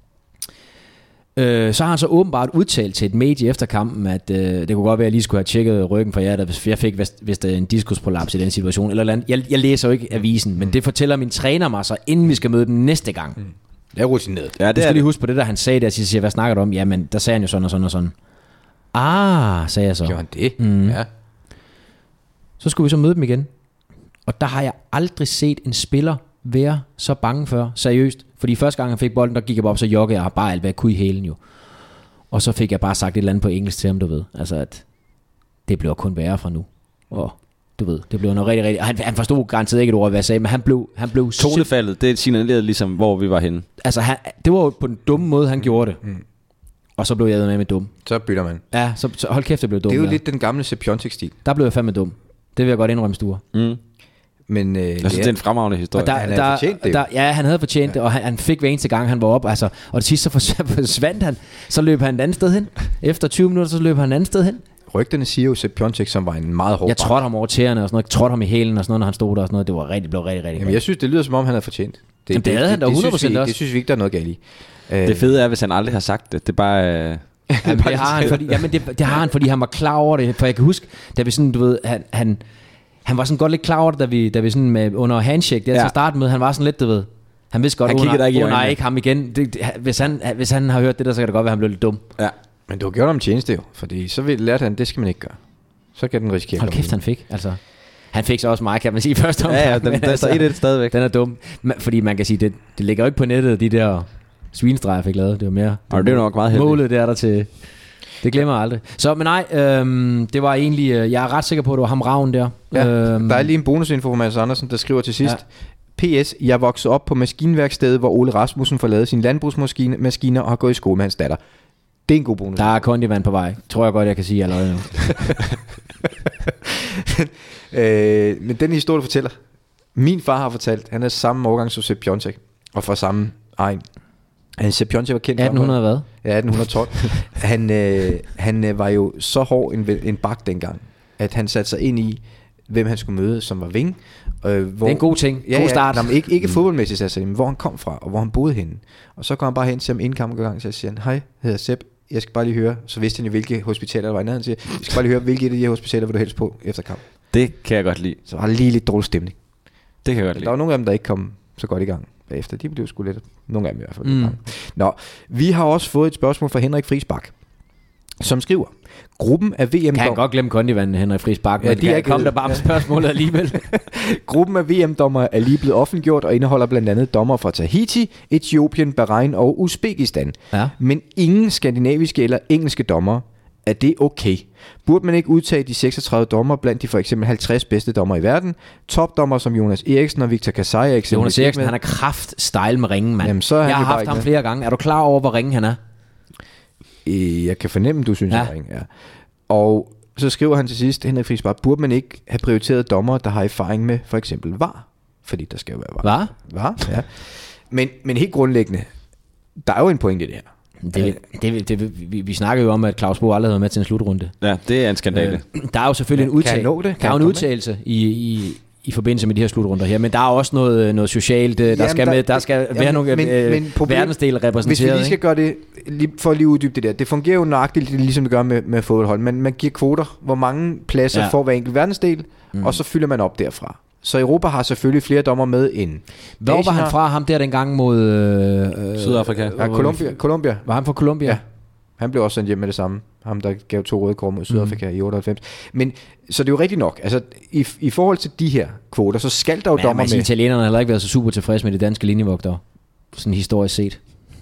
Øh, så har han så åbenbart udtalt til et medie efter kampen, at øh, det kunne godt være, at jeg lige skulle have tjekket ryggen for jer, der, hvis jeg fik hvis, hvis der er en diskusprolaps i den situation. Eller andet. Jeg, jeg læser jo ikke avisen, men det fortæller min træner mig så, inden vi skal møde dem næste gang. Mm. Det er rutineret. Ja, det du skal lige huske på det, der han sagde der, så siger, hvad snakker du om? Jamen, der sagde han jo sådan og sådan og sådan. Ah, sagde jeg så. Gjorde han det? Mm. Ja. Så skulle vi så møde dem igen. Og der har jeg aldrig set en spiller være så bange før. Seriøst. Fordi første gang han fik bolden, der gik jeg op, så joggede jeg bare alt, hvad jeg kunne i hælen jo. Og så fik jeg bare sagt et eller andet på engelsk til ham, du ved. Altså at det bliver kun værre fra nu. Og du ved, det blev noget rigtig, rigtig... Han, han forstod garanteret ikke et ord, hvad jeg sagde, men han blev... Han blev tonefaldet, det signalerede ligesom, hvor vi var henne. Altså han, det var jo på den dumme måde, han mm. gjorde det. Mm. Og så blev jeg med med dum. Så bytter man. Ja, så, så hold kæft, jeg blev dum. Det er jo der. lidt den gamle Sepiontek-stil. Der blev jeg fandme dum. Det vil jeg godt indrømme, Stuer. Mm. Men øh, jeg synes, det er en fremragende historie. Der, han havde der, fortjent det. Der, ja, han havde fortjent det, og han, han fik hver eneste gang, han var op. Altså, og det sidste så forsvandt han. Så løb han et andet sted hen. Efter tyve minutter, så løb han et andet sted hen. Rygterne siger jo Sepiontek, som var en meget hård. Jeg trådte ham over tæerne og sådan noget. Jeg trådte ham i hælen og sådan noget, når han stod der og sådan noget. Det var rigtig, blev rigtig, rigtig. Jamen, jeg synes, det lyder som om, han havde fortjent. Det, Jamen, det, det havde han da hundrede procent også. Det synes vi ikke, der er noget galt i. Det fede er, hvis han aldrig har sagt det. Det er bare... Øh Jamen, det har han, fordi, jamen det, det har han, fordi han var klar over det. For jeg kan huske, da vi sådan, du ved, han, han, han var sådan godt lidt klar over det, da vi, da vi sådan med, under handshake, det er ja. til at starte med, han var sådan lidt, du ved, han vidste godt, han at oh, nej, ikke ham igen. Det, det, hvis, han, hvis han har hørt det der, så kan det godt være, han blev lidt dum. Ja. Men du har gjort ham tjeneste jo, fordi så lærte han, det skal man ikke gøre. Så kan den risikere. Hold kæft, han fik, altså. Han fik så også mig, kan man sige, først om. Ja, ja, den, den altså, er et stadigvæk. Den er dum, fordi man kan sige, det, det ligger jo ikke på nettet, de der svinestreger, jeg fik lavet. Det var mere. Og det er nok meget heldigt. Målet der der til. Det glemmer jeg aldrig. Så, men nej, øhm, det var egentlig, øh, jeg er ret sikker på, at det var ham Ravn der. Ja, øhm, der er lige en bonusinfo fra Mads Andersen, der skriver til sidst. Ja. P S. Jeg voksede op på maskinværkstedet, hvor Ole Rasmussen får lavet sin landbrugsmaskiner og har gået i skole med hans datter. Det er en god bonus. Der er kondivand på vej. Tror jeg godt, jeg kan sige allerede nu. øh, men den historie, du fortæller. Min far har fortalt, han er samme årgang som Sepp Piontek, og fra samme egen. Sepp Piontek var kendt atten hundrede hvad? Ja, atten tolv. han, øh, han øh, var jo så hård en, en bak dengang, at han satte sig ind i, hvem han skulle møde, som var Ving. Øh, hvor, det er en god ting. Ja, god start. Ja, ikke ikke mm. fodboldmæssigt, altså, men hvor han kom fra, og hvor han boede henne. Og så går han bare hen til ham inden kampen gang, så siger han, hej, jeg hedder Sepp, jeg skal bare lige høre, så vidste han jo, hvilke hospitaler der var inde. Han siger, jeg skal bare lige høre, hvilke af de her hospitaler vil du helst på efter kamp. Det kan jeg godt lide. Så var der lige lidt dårlig stemning. Det kan jeg godt lide. Der var nogle af dem, der ikke kom så godt i gang bagefter. De blev sgu lidt, nogle af dem i hvert fald. Mm. Nå, vi har også fået et spørgsmål fra Henrik Friisbak. som skriver, gruppen af V M-dommer... Kan jeg godt glemme kondivanden, Henrik Friis Bak, Ja, men de er kan ikke- komme der bare med spørgsmålet alligevel. Gruppen af V M-dommer er lige blevet offentliggjort og indeholder blandt andet dommer fra Tahiti, Etiopien, Bahrain og Uzbekistan. Ja. Men ingen skandinaviske eller engelske dommer. Er det okay? Burde man ikke udtage de seksogtredive dommer blandt de for eksempel halvtreds bedste dommer i verden? Topdommer som Jonas Eriksen og Victor Kasai er eksempelvis Jonas ikke Eriksen, med. han er kraft style med ringen, mand. Jamen, så er han jeg har jo bare haft ikke ham med. flere gange. Er du klar over, hvor ringen han er? Øh, Jeg kan fornemme, du synes, Ja. ja. jeg er ja. Og så skriver han til sidst, Henrik Friis Bak, burde man ikke have prioriteret dommer, der har erfaring med for eksempel V A R? Fordi der skal jo være V A R. Hvad? V A R, ja. Men, men helt grundlæggende, der er jo en pointe i det her. Det, det, det, det, vi, vi snakkede jo om, at Claus Bo aldrig havde været med til en slutrunde. Ja, det er en skandale. Øh, der er jo selvfølgelig en, Kan han udtale, nå det? Kan der er jo han en komme udtalelse i, i, i forbindelse med de her slutrunder her, men der er også noget, noget socialt, øh, der Jamen, skal, der- med, der skal jamen, være nogle men- øh, men problem- verdensdele repræsenteret. Hvis vi lige skal ikke? gøre det, lige, for at lige uddybe det der, det fungerer jo nøjagtigt ligesom det gør med, med fodboldhold, men man giver kvoter, hvor mange pladser Ja. ja. får hver enkelt verdensdel, mm. og så fylder man op derfra. Så Europa har selvfølgelig flere dommer med end Hvor var Asien han har. fra, ham der dengang mod... Øh, Sydafrika. Ja, Colombia, Colombia. Var han fra Colombia? Ja. Han blev også sendt hjem med det samme. Ham, der gav to røde kort mod Sydafrika mm. i otteoghalvfems. Men, så det er jo rigtigt nok. Altså, i, i forhold til de her kvoter, så skal der jo Men dommer man siger, med. italienerne har heller ikke været så super tilfredse med de danske linjevogtere. Sådan historisk set.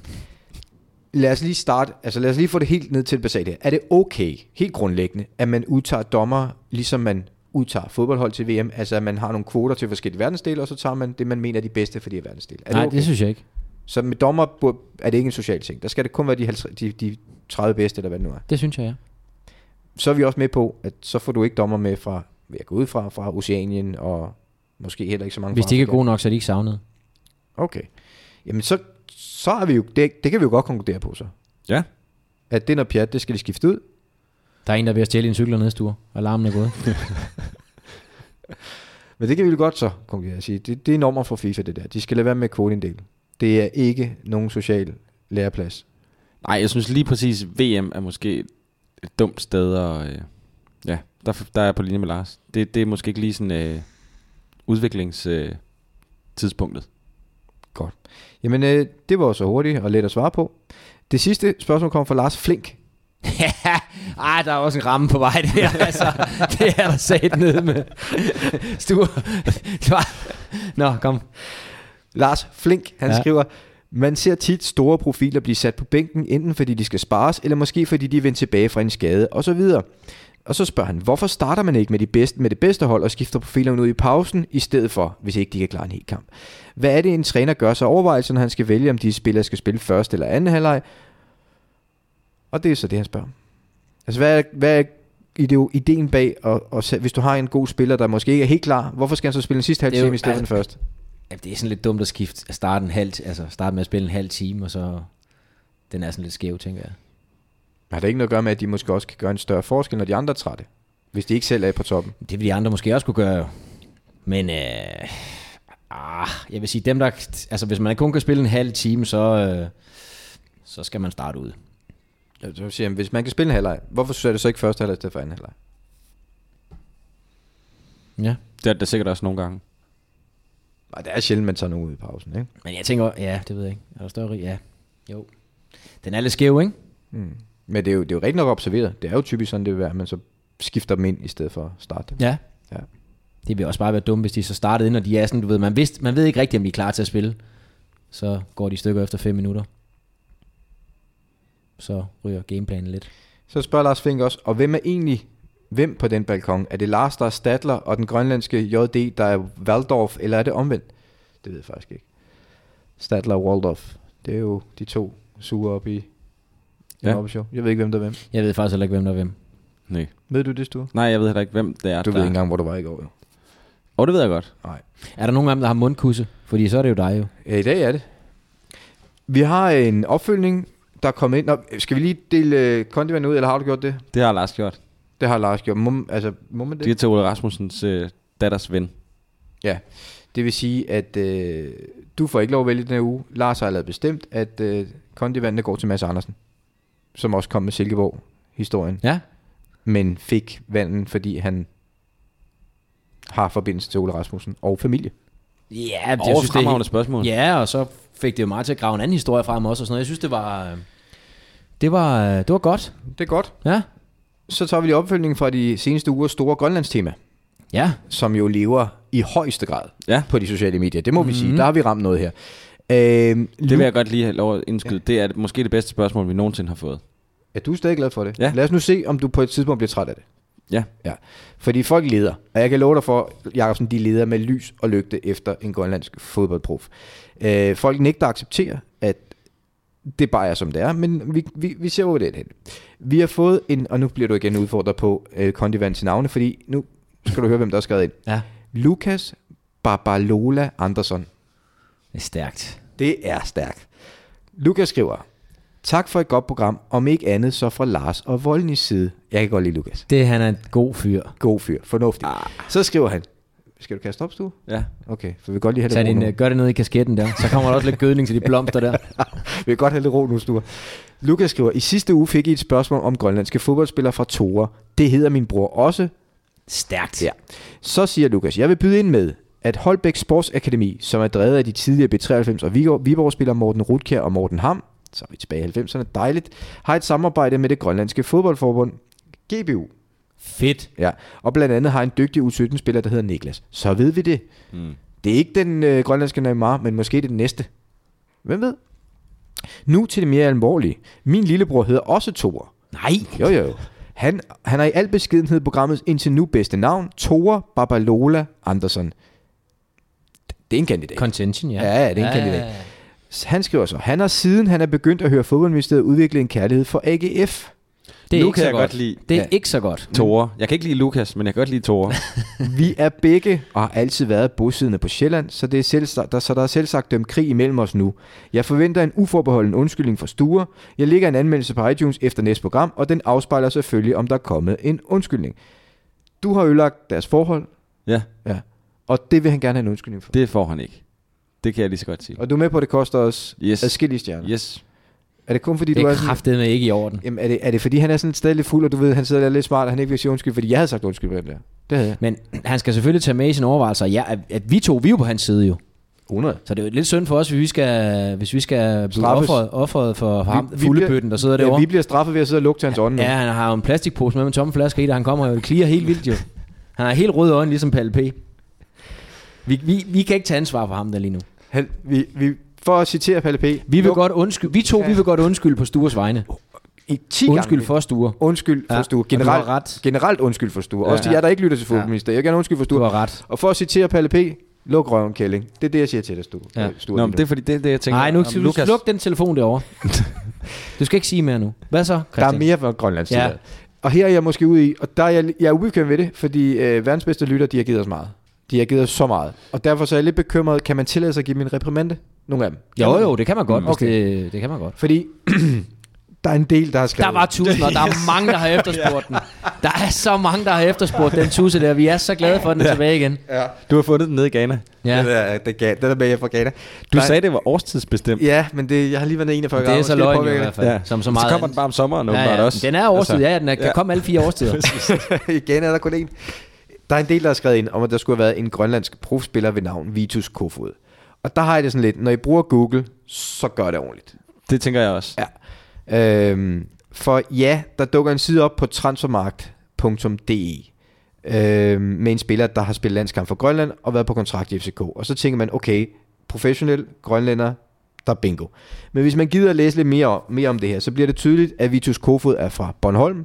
Lad os lige starte, altså lad os lige få det helt ned til det basale her. Er det okay, helt grundlæggende, at man udtager dommer, ligesom man udtager fodboldhold til V M? Altså at man har nogle kvoter til forskellige verdensdele, og så tager man det, man mener er de bedste for de her verdensdele. Er Nej, det det, okay? det synes jeg ikke. Så med dommer burde- er det ikke en social ting. Der skal det kun være de, halvtreds, de, de tredive bedste, eller hvad det nu er. Det synes jeg, ja. Så er vi også med på, at så får du ikke dommer med fra, vil jeg gå ud fra, fra Oceanien, og måske heller ikke så mange Hvis fra de ikke er Afrika. gode nok, så er de ikke savnet. Okay. Jamen så, så er vi jo, det, det kan vi jo godt konkludere på så. Ja. At det er noget pjat, det skal de skifte ud. Der er en, der er ved at stjæle en cykel og nedstue. Alarmen er gået. Men det kan vi jo godt så konkludere at sige. Det, det er normer for FIFA, det der. De skal lade være med kvotindel. Det er ikke nogen social læreplads. Nej, jeg synes lige præcis, V M er måske et dumt sted, og øh, ja, der, der er jeg på linje med Lars. Det, det er måske ikke lige sådan øh, udviklingstidspunktet. Øh, tidspunktet. Godt. Jamen, øh, det var så hurtigt og let at svare på. Det sidste spørgsmål kommer fra Lars Flink. Ej, der er også en ramme på vej der. Altså, det er der sat ned med. Stue. Nå, kom. Lars Flink, han Ja. ja. skriver, man ser tit store profiler blive sat på bænken, enten fordi de skal spares, eller måske fordi de er vendt tilbage fra en skade, og så videre. Og så spørger han, hvorfor starter man ikke med, de bedste, med det bedste hold og skifter profilerne ud i pausen, i stedet for, hvis ikke de kan klare en hel kamp? Hvad er det, en træner gør sig overvejelser, når han skal vælge, om de spillere skal spille første eller anden halvleg? Og det er så det, han spørger. Altså, hvad er, hvad er ide- ideen bag, og, og hvis du har en god spiller, der måske ikke er helt klar, hvorfor skal han så spille den sidste halv Det er jo- time i stedet for den første? Ja, det er sådan lidt dumt at skifte, at starte, en halv, altså starte med at spille en halv time, og så den er sådan lidt skæv, tænker jeg. Har det ikke noget at gøre med, at de måske også kan gøre en større forskel, når de andre er trætte? Hvis de ikke selv er på toppen. Det vil de andre måske også kunne gøre, jo. Men, øh, ah, jeg vil sige, dem der, altså hvis man kun kan spille en halv time, så, øh, så skal man starte ud. Jeg vil sige, hvis man kan spille en halvleg, hvorfor er det så ikke første halvleg i stedet for anden halvleg? Ja. Det er det sikkert også nogle gange. Nej, det er sjældent, man tager nogen ud i pausen, ikke? Men jeg tænker, ja, det ved jeg ikke. Er der større? Ja, jo. Den er lidt skæv, ikke? Mm. Men det er, jo, det er jo rigtig nok observeret. Det er jo typisk sådan, det vil være, at man så skifter dem ind, i stedet for at starte dem. Ja. Ja. Det vil også bare være dumt, hvis de så startede ind, og de er sådan, du ved, man, vidste, man ved ikke rigtigt, om de er klar til at spille. Så går de i stykker efter fem minutter. Så ryger gameplanen lidt. Så spørger Lars Fink også, og hvem er egentlig, hvem på den balkon? Er det Lars, der er Stadler, og den grønlandske J D, der er Waldorf, eller er det omvendt? Det ved jeg faktisk ikke. Stadler og Waldorf, det er jo de to sure op i Ja. ja. show. Jeg ved ikke, hvem der er hvem. Jeg ved faktisk heller ikke, hvem der er hvem. Nej. Ved du det, Stue? Nej, jeg ved heller ikke, hvem det er. Du der. ved ikke engang, hvor du var i går, jo. Åh, oh, det ved jeg godt. Nej. Er der nogen af dem, der har mundkusse? Fordi så er det jo dig jo. Ja, i dag er det. Vi har en opfølgning, der er kommet ind. Nå, skal vi lige dele uh, kondivandet ud, eller har du gjort det? Det har Lars gjort. Det har Lars gjort. Må, altså, må man det? Det er til Ole Rasmussens øh, datters ven. Ja, det vil sige, at øh, du får ikke lov at vælge den her uge. Lars har allerede bestemt, at øh, kondivandene går til Mads Andersen, som også kom med Silkeborg-historien, Ja. men fik vanden, fordi han har forbindelse til Ole Rasmussen og familie. Ja, det, Og fremragende spørgsmål. Ja, og så fik det jo meget til at grave en anden historie frem også og sådan noget. Jeg synes, det var, øh, Det var, det var godt. Det er godt. Ja. Så tager vi lige opfølgningen fra de seneste ugers store Grønlandstema, Ja. som jo lever i højeste grad Ja. på de sociale medier. Det må Mhm. vi sige. Der har vi ramt noget her. Øh, Det vil jeg godt lige have lov at indskyde. Ja. Det er måske det bedste spørgsmål, vi nogensinde har fået. Er du stadig glad for det? Ja. Lad os nu se, om du på et tidspunkt bliver træt af det. Ja. Ja. Fordi folk leder, og jeg kan love dig for, Jakobsen, de leder med lys og lygte efter en grønlandsk fodboldprof. Øh, folk nægter at acceptere, at det bare er, som det er, men vi, vi, vi ser, hvor det er hen. Vi har fået en, og nu bliver du igen udfordret på øh, Kondivand til navne, fordi nu skal du høre, hvem der har skrevet ind. Ja. Lukas Babalola Andersson. Det er stærkt. Det er stærkt. Lukas skriver, tak for et godt program, om ikke andet så fra Lars og Voldnis side. Jeg kan godt lide Lukas. Det han er en god fyr. God fyr, fornuftig. Ah. Så skriver han, skal du kaste op, Stue? Ja. Okay, for vi vil godt lige have Tag lidt ro din, nu. gør det ned i kasketten der. Så kommer der også lidt gødning til de blomster der. Vi vil godt have lidt ro nu, Stue. Lukas skriver, i sidste uge fik I et spørgsmål om grønlandske fodboldspillere fra Tore. Det hedder min bror også. Stærkt. Ja. Så siger Lukas, jeg vil byde ind med, at Holbæk Sportsakademi, som er drevet af de tidligere B treoghalvfems og Viborg-spillere Morten Rudkjær og Morten Ham, så er vi tilbage i halvfemserne, dejligt, har et samarbejde med det grønlandske fodboldforbund G B U. Fedt. Ja, og blandt andet har en dygtig U sytten-spiller, der hedder Niklas. Så ved vi det. Mm. Det er ikke den øh, grønlandske Neymar, men måske det næste. Hvem ved? Nu til det mere alvorlige. Min lillebror hedder også Tore. Nej. Jo, jo, jo. Han, han har i al beskedenhed programmets indtil nu bedste navn, Tore Babalola Andersson. Det er en kandidat. Contention, ja. Ja, ja, det er en kandidat. Han skriver så, han har siden han er begyndt at høre fodboldministeriet udvikle en kærlighed for A G F. Det er Nu ikke kan så jeg godt. godt lide- Det er Ja. ikke så godt. Tore. Jeg kan ikke lide Lukas, men jeg kan godt lide Tore. Vi er begge og har altid været bosiddende på Sjælland, så, det er selv, der, så der er selvsagt dømt krig imellem os nu. Jeg forventer en uforbeholden undskyldning for Sture. Jeg lægger en anmeldelse på iTunes efter næste program, og den afspejler selvfølgelig, om der er kommet en undskyldning. Du har ødelagt deres forhold, Ja, ja, og det vil han gerne have en undskyldning for. det får han ikke. Det kan jeg lige så godt sige. Og du er med på, at det koster os Yes. adskillige stjerner. Yes. Er det kun fordi, Det du er er sådan... kraftedeme ikke i orden. Jamen, er det, er det fordi, han er sådan stadig lidt fuld, og du ved, han sidder der lidt smart, og han ikke vil sige undskyld, fordi jeg havde sagt undskyld på det der. Det havde jeg. Men han skal selvfølgelig tage med i sine overvejelser. Ja, at, at vi to, vi er jo på hans side jo. hundrede. Så det er jo lidt synd for os, hvis vi skal, hvis vi skal blive Straffes. offeret, offeret for, for ham, Vi- vi fuldebøtten, der sidder Ja, derovre. vi bliver straffet ved at sidde og lugte til hans ånd nu. Ja, han har jo en plastikpose med med en tomme flaske i, der han kommer jo. Det klirer helt vildt jo. Han har helt røde øjne, ligesom Palle P. Vi, vi, vi kan ikke tage ansvar for ham der lige nu. Han, vi, vi, for at citere Palle P. Vi vil luk- godt undskylde, vi to, Ja. vi vil godt undskylde på Stures vegne. I ti Undskyld gange. for Sture. Undskyld for Ja, Stue. og du Generelt, har ret. generelt undskyld for Stue. Ja, Også til ja. jer, der ikke lytter til fodboldminister. Jeg vil gerne undskyld for Du Stue. har ret. Og for at citere Palle P. Luk røven, Kælling. Det er det, jeg siger til dig, Stue. Ja. Øh, Stue Nå, lige men nu. det er fordi, det er det, jeg tænker. Nej, nu om skal du Lukas. sluk den telefon derovre. Du skal ikke sige mere nu. Hvad så, Der er Christian? mere for Grønlands Ja. ja. Og her er jeg måske ude i, og der er jeg, jeg er ubekvemt ved det, fordi øh, verdens bedste lytter, de har givet os meget. De har givet os så meget. Og derfor så er jeg lidt bekymret, kan man tillade sig at give dem en reprimande? Nogle af dem. Jo, jo, det kan man godt. Mm, Okay. okay. Det, det kan man godt. Fordi der er en del, der har skrevet... Der var tusind, og der er mange, der har efterspurgt den. Der er så mange, der har efterspurgt den tusse der. Vi er så glade for, at den er tilbage igen. Ja. Du har fundet den nede i Ghana. Ja. Den er, det er, den er med fra Ghana. Du Nej. sagde, det var årstidsbestemt. Ja, men det, jeg har lige været enogfyrre Det grader. er så Måske løgn i påvirker hvert fald. Ja. Som så Så meget kommer den andet. bare om sommeren, Ja, åbenbart ja. også. Den er årstid, Altså, ja. Den er, kan ja. komme alle fire årstider. det. Igen er der kun en. Der er en del, der har skrevet ind om, at der skulle have været en grønlandsk profspiller ved navn Vitus Kofod. Og der har jeg det sådan lidt, når I bruger Google, så gør det ordentligt. Det tænker jeg også. Ja. Øhm, for ja, der dukker en side op på transfermarkt punktum d e øhm, med en spiller, der har spillet landskamp for Grønland og været på kontrakt i F C K. Og så tænker man, okay, professionel grønlænder, der er bingo. Men hvis man gider at læse lidt mere om, mere om det her, så bliver det tydeligt, at Vitus Kofod er fra Bornholm,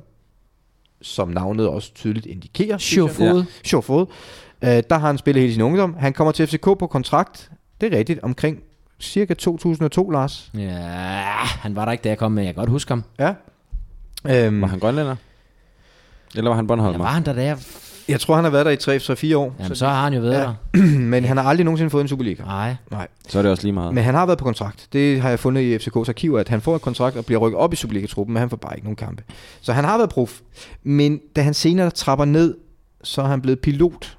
som navnet også tydeligt indikerer. Sjofod. Ja. Sjofod. Øh, der har han spillet hele sin ungdom. Han kommer til F C K på kontrakt, det er rigtigt, omkring cirka to tusind og to, Lars. Ja, han var der ikke, da jeg kom med. Jeg kan godt huske ham. Ja. Øhm, Var han grønlænder? Eller var han Ja, Bornholmer? var han der der? Jeg tror, han har været der i tre til fire år. Jamen, så har han jo været Ja. der. Men han har aldrig nogensinde fået en Superliga. Nej. Nej. Så er det også lige meget. Men han har været på kontrakt. Det har jeg fundet i F C K's arkiver, at han får et kontrakt og bliver rykket op i Superliga-truppen, men han får bare ikke nogen kampe. Så han har været prof. Men da han senere trapper ned, så er han blevet pilot.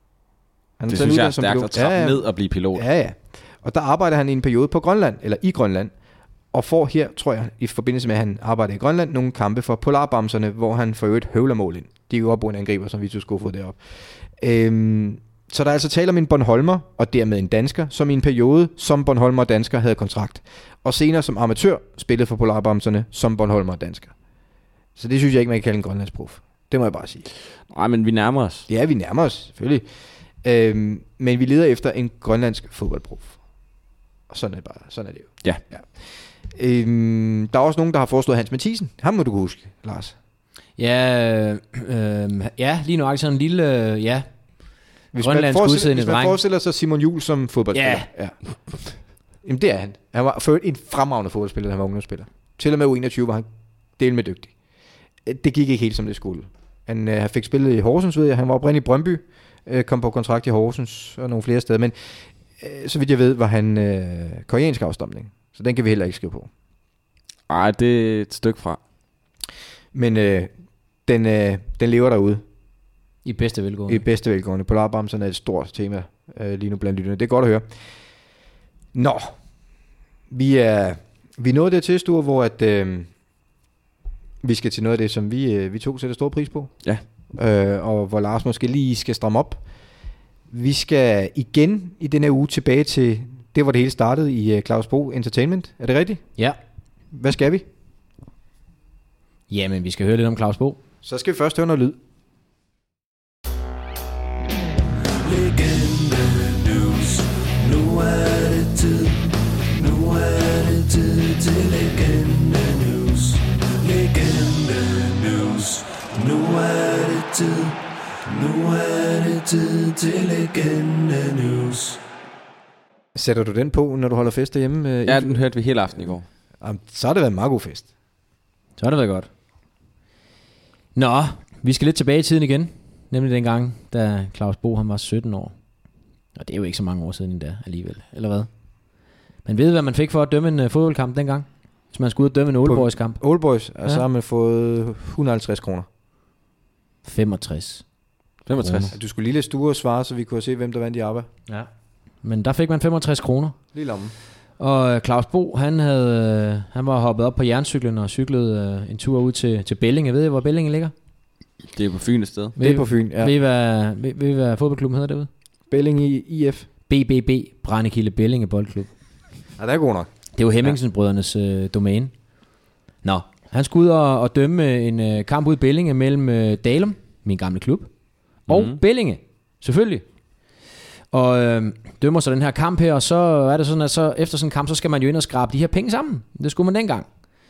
Han Det taget synes jeg er uddannelse som stærkt pilot. at trappe ja, ja. ned og blive pilot. Ja, ja. Og der arbejder han i en periode på Grønland, eller i Grønland, og får her, tror jeg, i forbindelse med, at han arbejder i Grønland, nogle kampe for Polarbamserne, hvor han får øvrigt høvlermål ind. De er jo opbrugende angriber, som Vitus Kofod deroppe. Øhm, Så der er altså tale om en Bornholmer, og dermed en dansker, som i en periode som Bornholmer og dansker havde kontrakt. Og senere som amatør spillede for Polarbamserne som Bornholmer og dansker. Så det synes jeg ikke, man kan kalde en grønlandsprof. Det må jeg bare sige. Nej, men vi nærmer os. Ja, vi nærmer os, selvfølgelig. Øhm, men vi leder efter en grønlandsk fodboldprof. Og sådan er det bare. Sådan er det jo. Ja. ja. Øhm, der er også nogen, der har foreslået Hans Mathisen. Ham må du huske, Lars. Ja, øh, ja lige nu sådan en lille, øh, ja, Hvis grønlandsk man, udseende hvis man dreng. forestiller sig Simon Juhl som fodboldspiller. Ja. ja. Jamen det er han. Han var før en fremragende fodboldspiller, da han var ungdomsspiller. Til og med U enogtyve var han del med dygtig. Det gik ikke helt som det skulle. Han øh, fik spillet i Horsens, ved jeg. Han var oprindelig i Brøndby, øh, kom på kontrakt i Horsens og nogle flere steder. Men øh, så vidt jeg ved, var han øh, koreansk afstamning. Så den kan vi heller ikke skrive på. Nej, det er et stykke fra. Men øh, den, øh, den lever derude. I bedste velgående. I bedste velgående. Polarbamserne er et stort tema øh, lige nu blandt lytterne. Det er godt at høre. Nå, vi er, vi er nået dertil, Sture, hvor at, øh, vi skal til noget af det, som vi, øh, vi to sætter stor pris på. Ja. Øh, og hvor Lars måske lige skal stramme op. Vi skal igen i denne uge tilbage til det, hvor det hele startede i uh, Claus Bo Entertainment. Er det rigtigt? Ja. Hvad skal vi? Jamen, vi skal høre lidt om Claus Bo. Så skal vi først høre noget lyd. Legende News. Nu er det tid. Nu er det tid til Legende News. Legende News. Nu er det tid. Nu er det tid til Legende News. Sætter du den på, når du holder fest derhjemme? Øh, Ja, i- den hørte vi hele aften i går. Jamen, så har det været en meget god fest. Så har det været godt. Nå, vi skal lidt tilbage i tiden igen. Nemlig dengang, da Claus Bo han var sytten år. Og det er jo ikke så mange år siden endda alligevel, eller hvad? Man ved, hvad man fik for at dømme en uh, fodboldkamp dengang? Hvis man skulle ud og dømme en Old Boys kamp. Old Boys, og Ja. så har man fået et hundrede og halvtreds kroner. femogtres. femogtres. Du skulle lige lade Sture svare, så vi kunne se, hvem der vandt i arbejde. Ja. Men der fik man femogtres kroner. Lige lommen. Og øh, Claus Bo, han, havde, øh, han var hoppet op på jerncyklen og cyklet øh, en tur ud til, til Bellinge. Ved I, hvor Bellinge ligger? Det er på Fyn et sted. Det er på Fyn, ja. Ved I, hvad, ved, ved I, hvad fodboldklubben hedder derude? Belling i I F. B B B, Brændekilde Bellinge Boldklub. Ja, det er god nok. Det er jo Hemmingsen-brødrenes øh, domæne. Nå, han skulle ud og, og dømme en øh, kamp ud i Bellinge mellem øh, Dalum, min gamle klub, og Mhm. Bellinge, selvfølgelig. Og øh, dømmer så den her kamp her, og så er det sådan, at så, efter sådan en kamp, så skal man jo ind og skrabe de her penge sammen. Det skulle man dengang.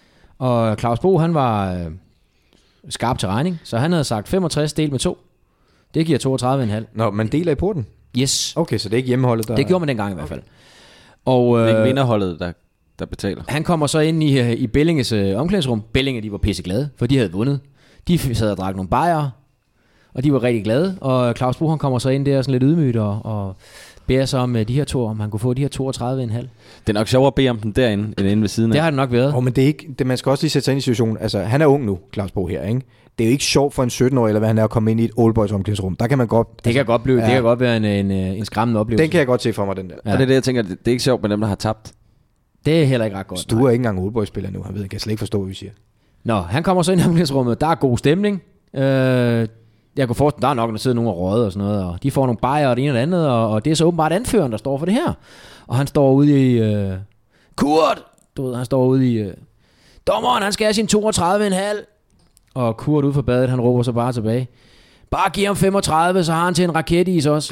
Og Claus Bo, han var øh, skarp til regning, så han havde sagt femogtres delt med to. Det giver toogtredive komma fem. Nå, man deler i porten. Yes, Okay, så det er ikke hjemmeholdet, der... det gjorde man dengang i hvert fald. Og, Det er ikke øh, vinderholdet, der, der betaler. han kommer så ind i, øh, i Bellinges øh, omklædningsrum. Bellinge, de var pisseglade, for de havde vundet. De f- sad og drak nogle bajere, og de var rigtig glade. Og Claus Bo, han kommer så ind der sådan lidt ydmygt og, og beder sig om øh, de her to, om han kunne få de her toogtredive komma fem. Det er nok sjovere at bede om den derinde, end inde ved siden af. Det har det nok været. Åh, oh, men det er ikke... Det, man skal også lige sætte sig ind i situationen. Altså, han er ung nu, Claus Bo her, ikke? Det er jo ikke sjovt for en sytten-årig, eller hvad han er, at komme ind i et Old Boys omklædningsrum. Der kan man godt... Det kan godt blive, ja. det kan godt være en, en, en skræmmende oplevelse. Den kan jeg godt se for mig, den der. Ja. Og det er det, jeg tænker, det, det er ikke sjovt med dem, der har tabt. Det er heller ikke ret godt. Stue er ikke engang Old Boys-spiller nu. Han ved, jeg kan slet ikke forstå, hvad vi siger. Nå, han kommer så ind i omklædningsrummet. Der er god stemning. Øh, jeg kunne forestille, der er nok, der sidder nogle og røde og sådan noget, og de får nogle bajer og det ene og det andet, og, og det er så åbenbart anføreren, der står for det her. Og han står ude i... Øh, Kurt! Du ved, han står ude i... Øh, Dommeren, han skal have sin toogtredive komma fem. Og Kurt ude for badet, han råber så bare tilbage. Bare giv ham femogtredive, så har han til en raketis også.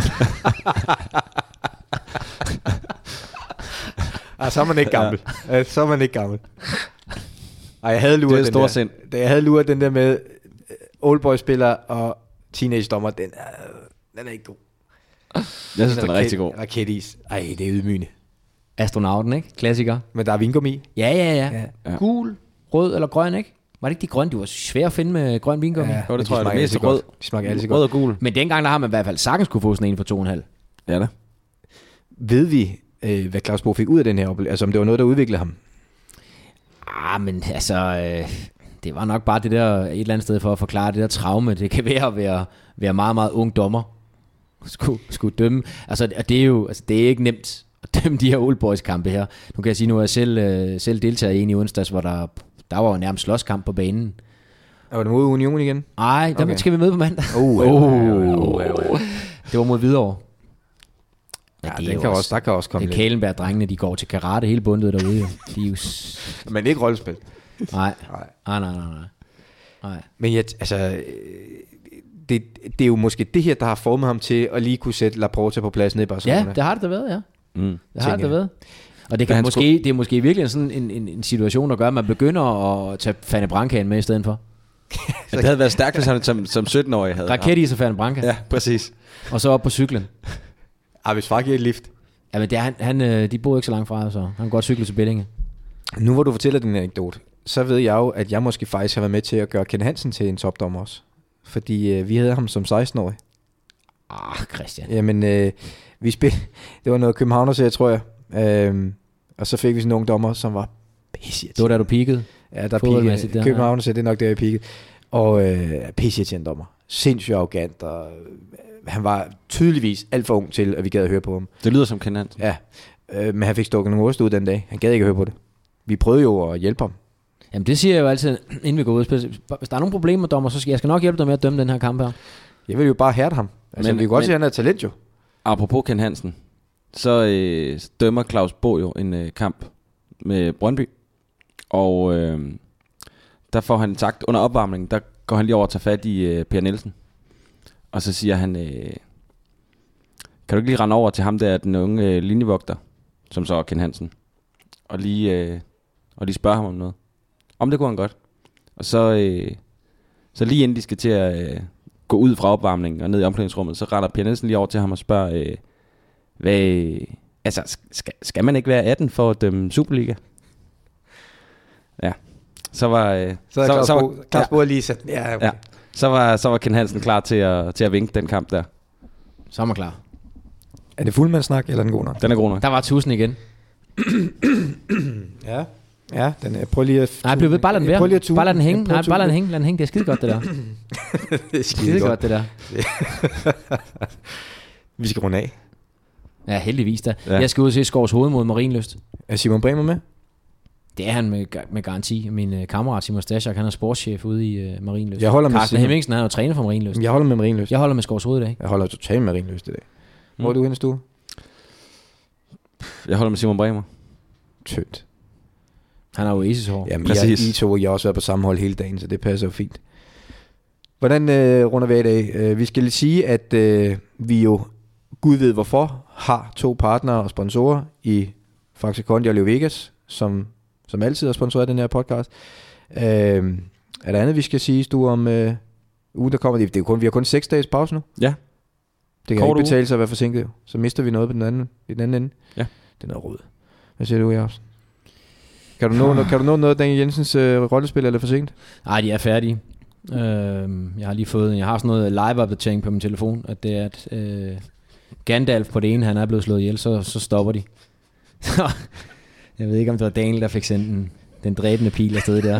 Ah, så er man ikke gammel. Ja. Så er man ikke gammel. Ej, jeg havde luret Det er den stor der. sind. Da jeg havde luret den der med øh, Old Boys-spiller og teenage-dommer, den er, den er ikke god. Jeg synes, den er Raket- rigtig god. Raketis. Ej, det er ydmygende. Astronauten, ikke? Klassiker. Men der er vingummi i. Ja, ja, ja. Ja. Ja. Gul, rød eller grøn, ikke? Var det ikke de grønne? Det var svært at finde med grøn vingummi. Ja. Jo, det men tror de jeg, det er smager mest altid rød. godt. De smager altid Rød godt. og gul. Men dengang, der har man i hvert fald sagtens kunne få sådan en for to komma fem. Ja da. Ved vi, øh, hvad Claus Bo fik ud af den her oplevelse? Altså, om det var noget, der udviklede ham? Ah, men altså... Øh, det var nok bare det der et eller andet sted for at forklare det der traume. Det kan være at være, være meget, meget ung dommer. Skulle, skulle dømme. Altså, og det er jo altså, det er ikke nemt at dømme de her Old Boys kampe her. Nu kan jeg sige, nu er jeg selv, øh, selv deltaget i en i onsdags, hvor der, der var jo nærmest slåskamp på banen. Er det mod Union igen? Ej, der Okay. skal vi møde på mandag. Oh, oh, oh, oh, oh. Det var mod Hvidovre. Ja, det er den jo kan også, der kan også komme det lidt. Kælenberg-drengene, de går til karate hele bundet derude. Jo. De er jo... s- Men ikke rollespil. Nej. Nej. Nej, nej, nej, nej. nej. Men jeg, altså, øh, det, det er jo måske det her, der har formet ham til at lige kunne sætte Laporta på plads nede i Barcelona. Ja, det har det da været, ja. Mm. Det har det da jeg. været. Og det, kan han måske, skulle- det er måske virkelig sådan en, en, en situation, der gør, at man begynder at tage Fanny Brancaen med i stedet for. Ja, det havde været stærkt, hvis han som, som sytten-årig havde. Raket i sig Fanny Branca. Ja, præcis. Og så op på cyklen. Ah, hvis far giver et lift. Ja, men det er, han, han, øh, de bor ikke så langt fra, så han kan godt cykle til Bellinge. Nu hvor du fortæller din anekdote, så ved jeg jo, at jeg måske faktisk har været med til at gøre Ken Hansen til en topdommer også. Fordi øh, vi havde ham som seksten-årig. Ah, Christian. Jamen, øh, vi spil- det var noget københavnerserie, tror jeg. Øhm, og så fik vi sådan nogle dommer, som var pisse. Det var da du peakede. Ja, der fodboldmæssigt, peakede. der, Københavnerserie, det er nok der, jeg peakede. Og øh, pisse dommer. Sindssygt arrogant, og øh, han var tydeligvis alt for ung til, at vi gad at høre på ham. Det lyder som Ken Hansen. Ja, øh, men han fik stukket nogle ost ud den dag. Han gad ikke at høre på det. Vi prøvede jo at hjælpe ham. Jamen det siger jeg jo altid, inden vi går ud og spiller. Hvis der er nogle problemer, dommer, så skal jeg skal nok hjælpe dig med at dømme den her kamp her. Jeg vil jo bare hærde ham. Altså, Men- vi kan godt men- se, at han er talent jo. Apropos Ken Hansen, så øh, dømmer Claus Bo jo en øh, kamp med Brøndby. Og øh, der får han sagt, under opvarmningen, der går han lige over og tager fat i øh, Per Nielsen. Og så siger han, øh, kan du ikke lige rende over til ham der, den unge øh, linjevogter, som så er Ken Hansen, og lige, øh, og lige spørge ham om noget. Om det kunne han godt. Og så, øh, så lige inden de skal til at øh, gå ud fra opvarmningen og ned i omklædningsrummet, så retter Per Nielsen lige over til ham og spørger, øh, hvad, altså, skal, skal man ikke være atten for at dømme Superliga? Ja, så var... Øh, Så er Claus så, Bo, Claus ja, Bo lige sat. Ja, okay. ja, så var, så var Ken Hansen klar til at, til at vinke den kamp der. Så er man klar. Er det fuldmandssnak, eller er den god nok? Den er god nok. Der var tusind igen. Ja. Ja, den er, prøv lige at... Nej, bliv ved, bare lad den være. Prøv lige at tune. Bare lad den hænge. Ja, prøv Nej, at tune bare lad den lidt. hænge. Lad den hænge. Det er skide godt, det der. Det er Skide godt, det der. Vi skal runde af. Ja, heldigvis da. Ja. Jeg skal ud og se Skovs hoved mod Marienlyst. Er Simon Bremer med? Det er han med, med garanti. Min uh, kammerat Simon Stashak, han er sportschef ude i uh, Marienlyst. Jeg holder med Carsten Simon. Hemmingsen, han er jo træner for Marienlyst. Jeg holder med Marienlyst. Jeg holder med Skovs hoved i dag. Jeg holder totalt med Marienlyst i dag. Hvor er du henne, Stue? Jeg holder med Simon Bremer. Tyndt. Han har jo Eseshår. Jamen, Præcis. jeg, I to, jeg har også været på samme hold hele dagen, så det passer jo fint. Hvordan øh, runder vi af i dag? Øh, vi skal lige sige, at øh, vi jo, Gud ved hvorfor, har to partnere og sponsorer i Faxe Kondi og Leo Vegas, som, som altid har sponsoreret den her podcast. Øh, er der andet, vi skal sige, Stue, om øh, ugen, der kommer? Det er jo kun, vi har kun seks dages pause nu. Ja. Det kan Kort ikke uge. betale sig at være forsinket, jo. Så mister vi noget på den anden, i den anden ende. Ja. Det er noget råd. Hvad siger du, Jørgen? Kan du nå, kan du nå noget af Daniel Jensens øh, rollespil, eller for sent? Nej, de er færdige. Øh, jeg har lige fået, jeg har sådan noget live-opdatering på min telefon, at det er, at øh, Gandalf på det ene, han er blevet slået ihjel, så, så stopper de. Jeg ved ikke, om det var Daniel, der fik sendt den, den dræbende pil afsted der.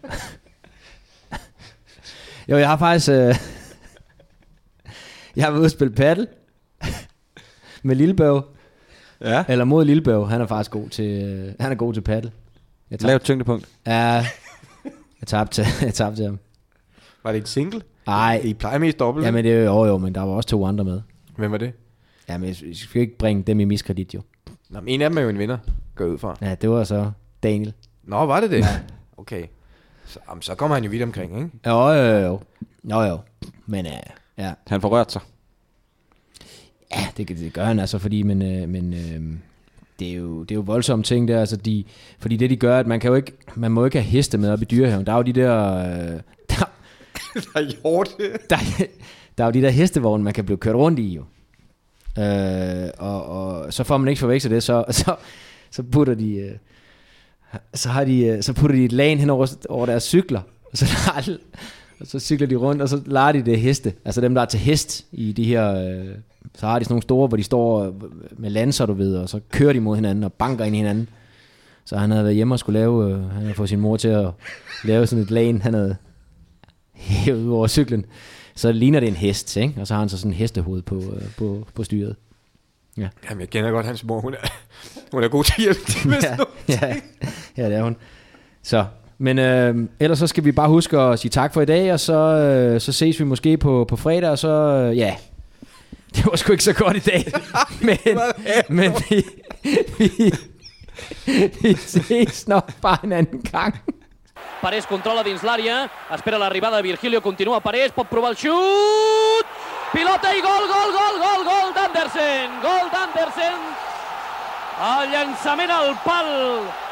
Jo, jeg har faktisk... Øh, jeg har været ude at spille paddle med Lillebørg. Ja. Eller mod Lillebørg. Han er faktisk god til, øh, han er god til paddle. Jeg tabte, Lavt tyngdepunkt. ja, jeg tabte til, jeg tabte til ham. Var det et single? Nej, I plejer mest dobbelt. ja, men det er jo, jo, men der var også to andre med. Hvem var det? Ja, men jeg skal ikke bringe dem i miskredit, jo. Nå, men en af dem er jo en vinder, går jeg ud fra. Ja, det var så Daniel. Nå, var det det? Ja. Okay. Så, jamen, så kommer han jo vidt omkring, ikke? Jo, jo, jo. Jo, jo. Men uh, ja, Han får rørt sig. ja det, det gør han altså, fordi, men, øh, men øh, det, er jo, det er jo voldsomme ting der, altså de, fordi det de gør, at man kan jo ikke, man må ikke have heste med op i dyrehaven. Der er jo de der, øh, der, Der er hjort. der, der er jo de der hestevogne, man kan blive kørt rundt i jo. Øh, og, og så får man ikke forvekslet det, så, så, så putter de, øh, så har de, øh, så putter de et lagen hen over, over deres cykler, og så, lader, og så cykler de rundt, og så lader de det heste, altså dem der er til hest i de her, øh, så har de sådan nogle store, hvor de står med lanser, du ved, og så kører de mod hinanden og banker ind i hinanden. Så han havde været hjemme og skulle lave, øh, han havde fået sin mor til at lave sådan et lagen, han havde hævet ud over cyklen. Så ligner det en hest, ikke? Og så har han så sådan en hestehoved på, øh, på, på styret. Ja. Jamen, jeg kender godt hans mor. Hun er, hun er god til at hjælpe til med sådan noget. ja, ja, det er hun. Så, men øh, ellers så skal vi bare huske at sige tak for i dag, og så, øh, så ses vi måske på, på fredag, og så, øh, ja, Det var sgu ikke så godt i dag. Men, men vi, vi, vi ses nok bare en anden gang. Parés controla dins l'àrea, espera l'arribada de Virgilio, continua Parés, pot provar el xut, pilota i gol, gol, gol, gol, gol d'Andersen, gol d'Andersen, el llançament al pal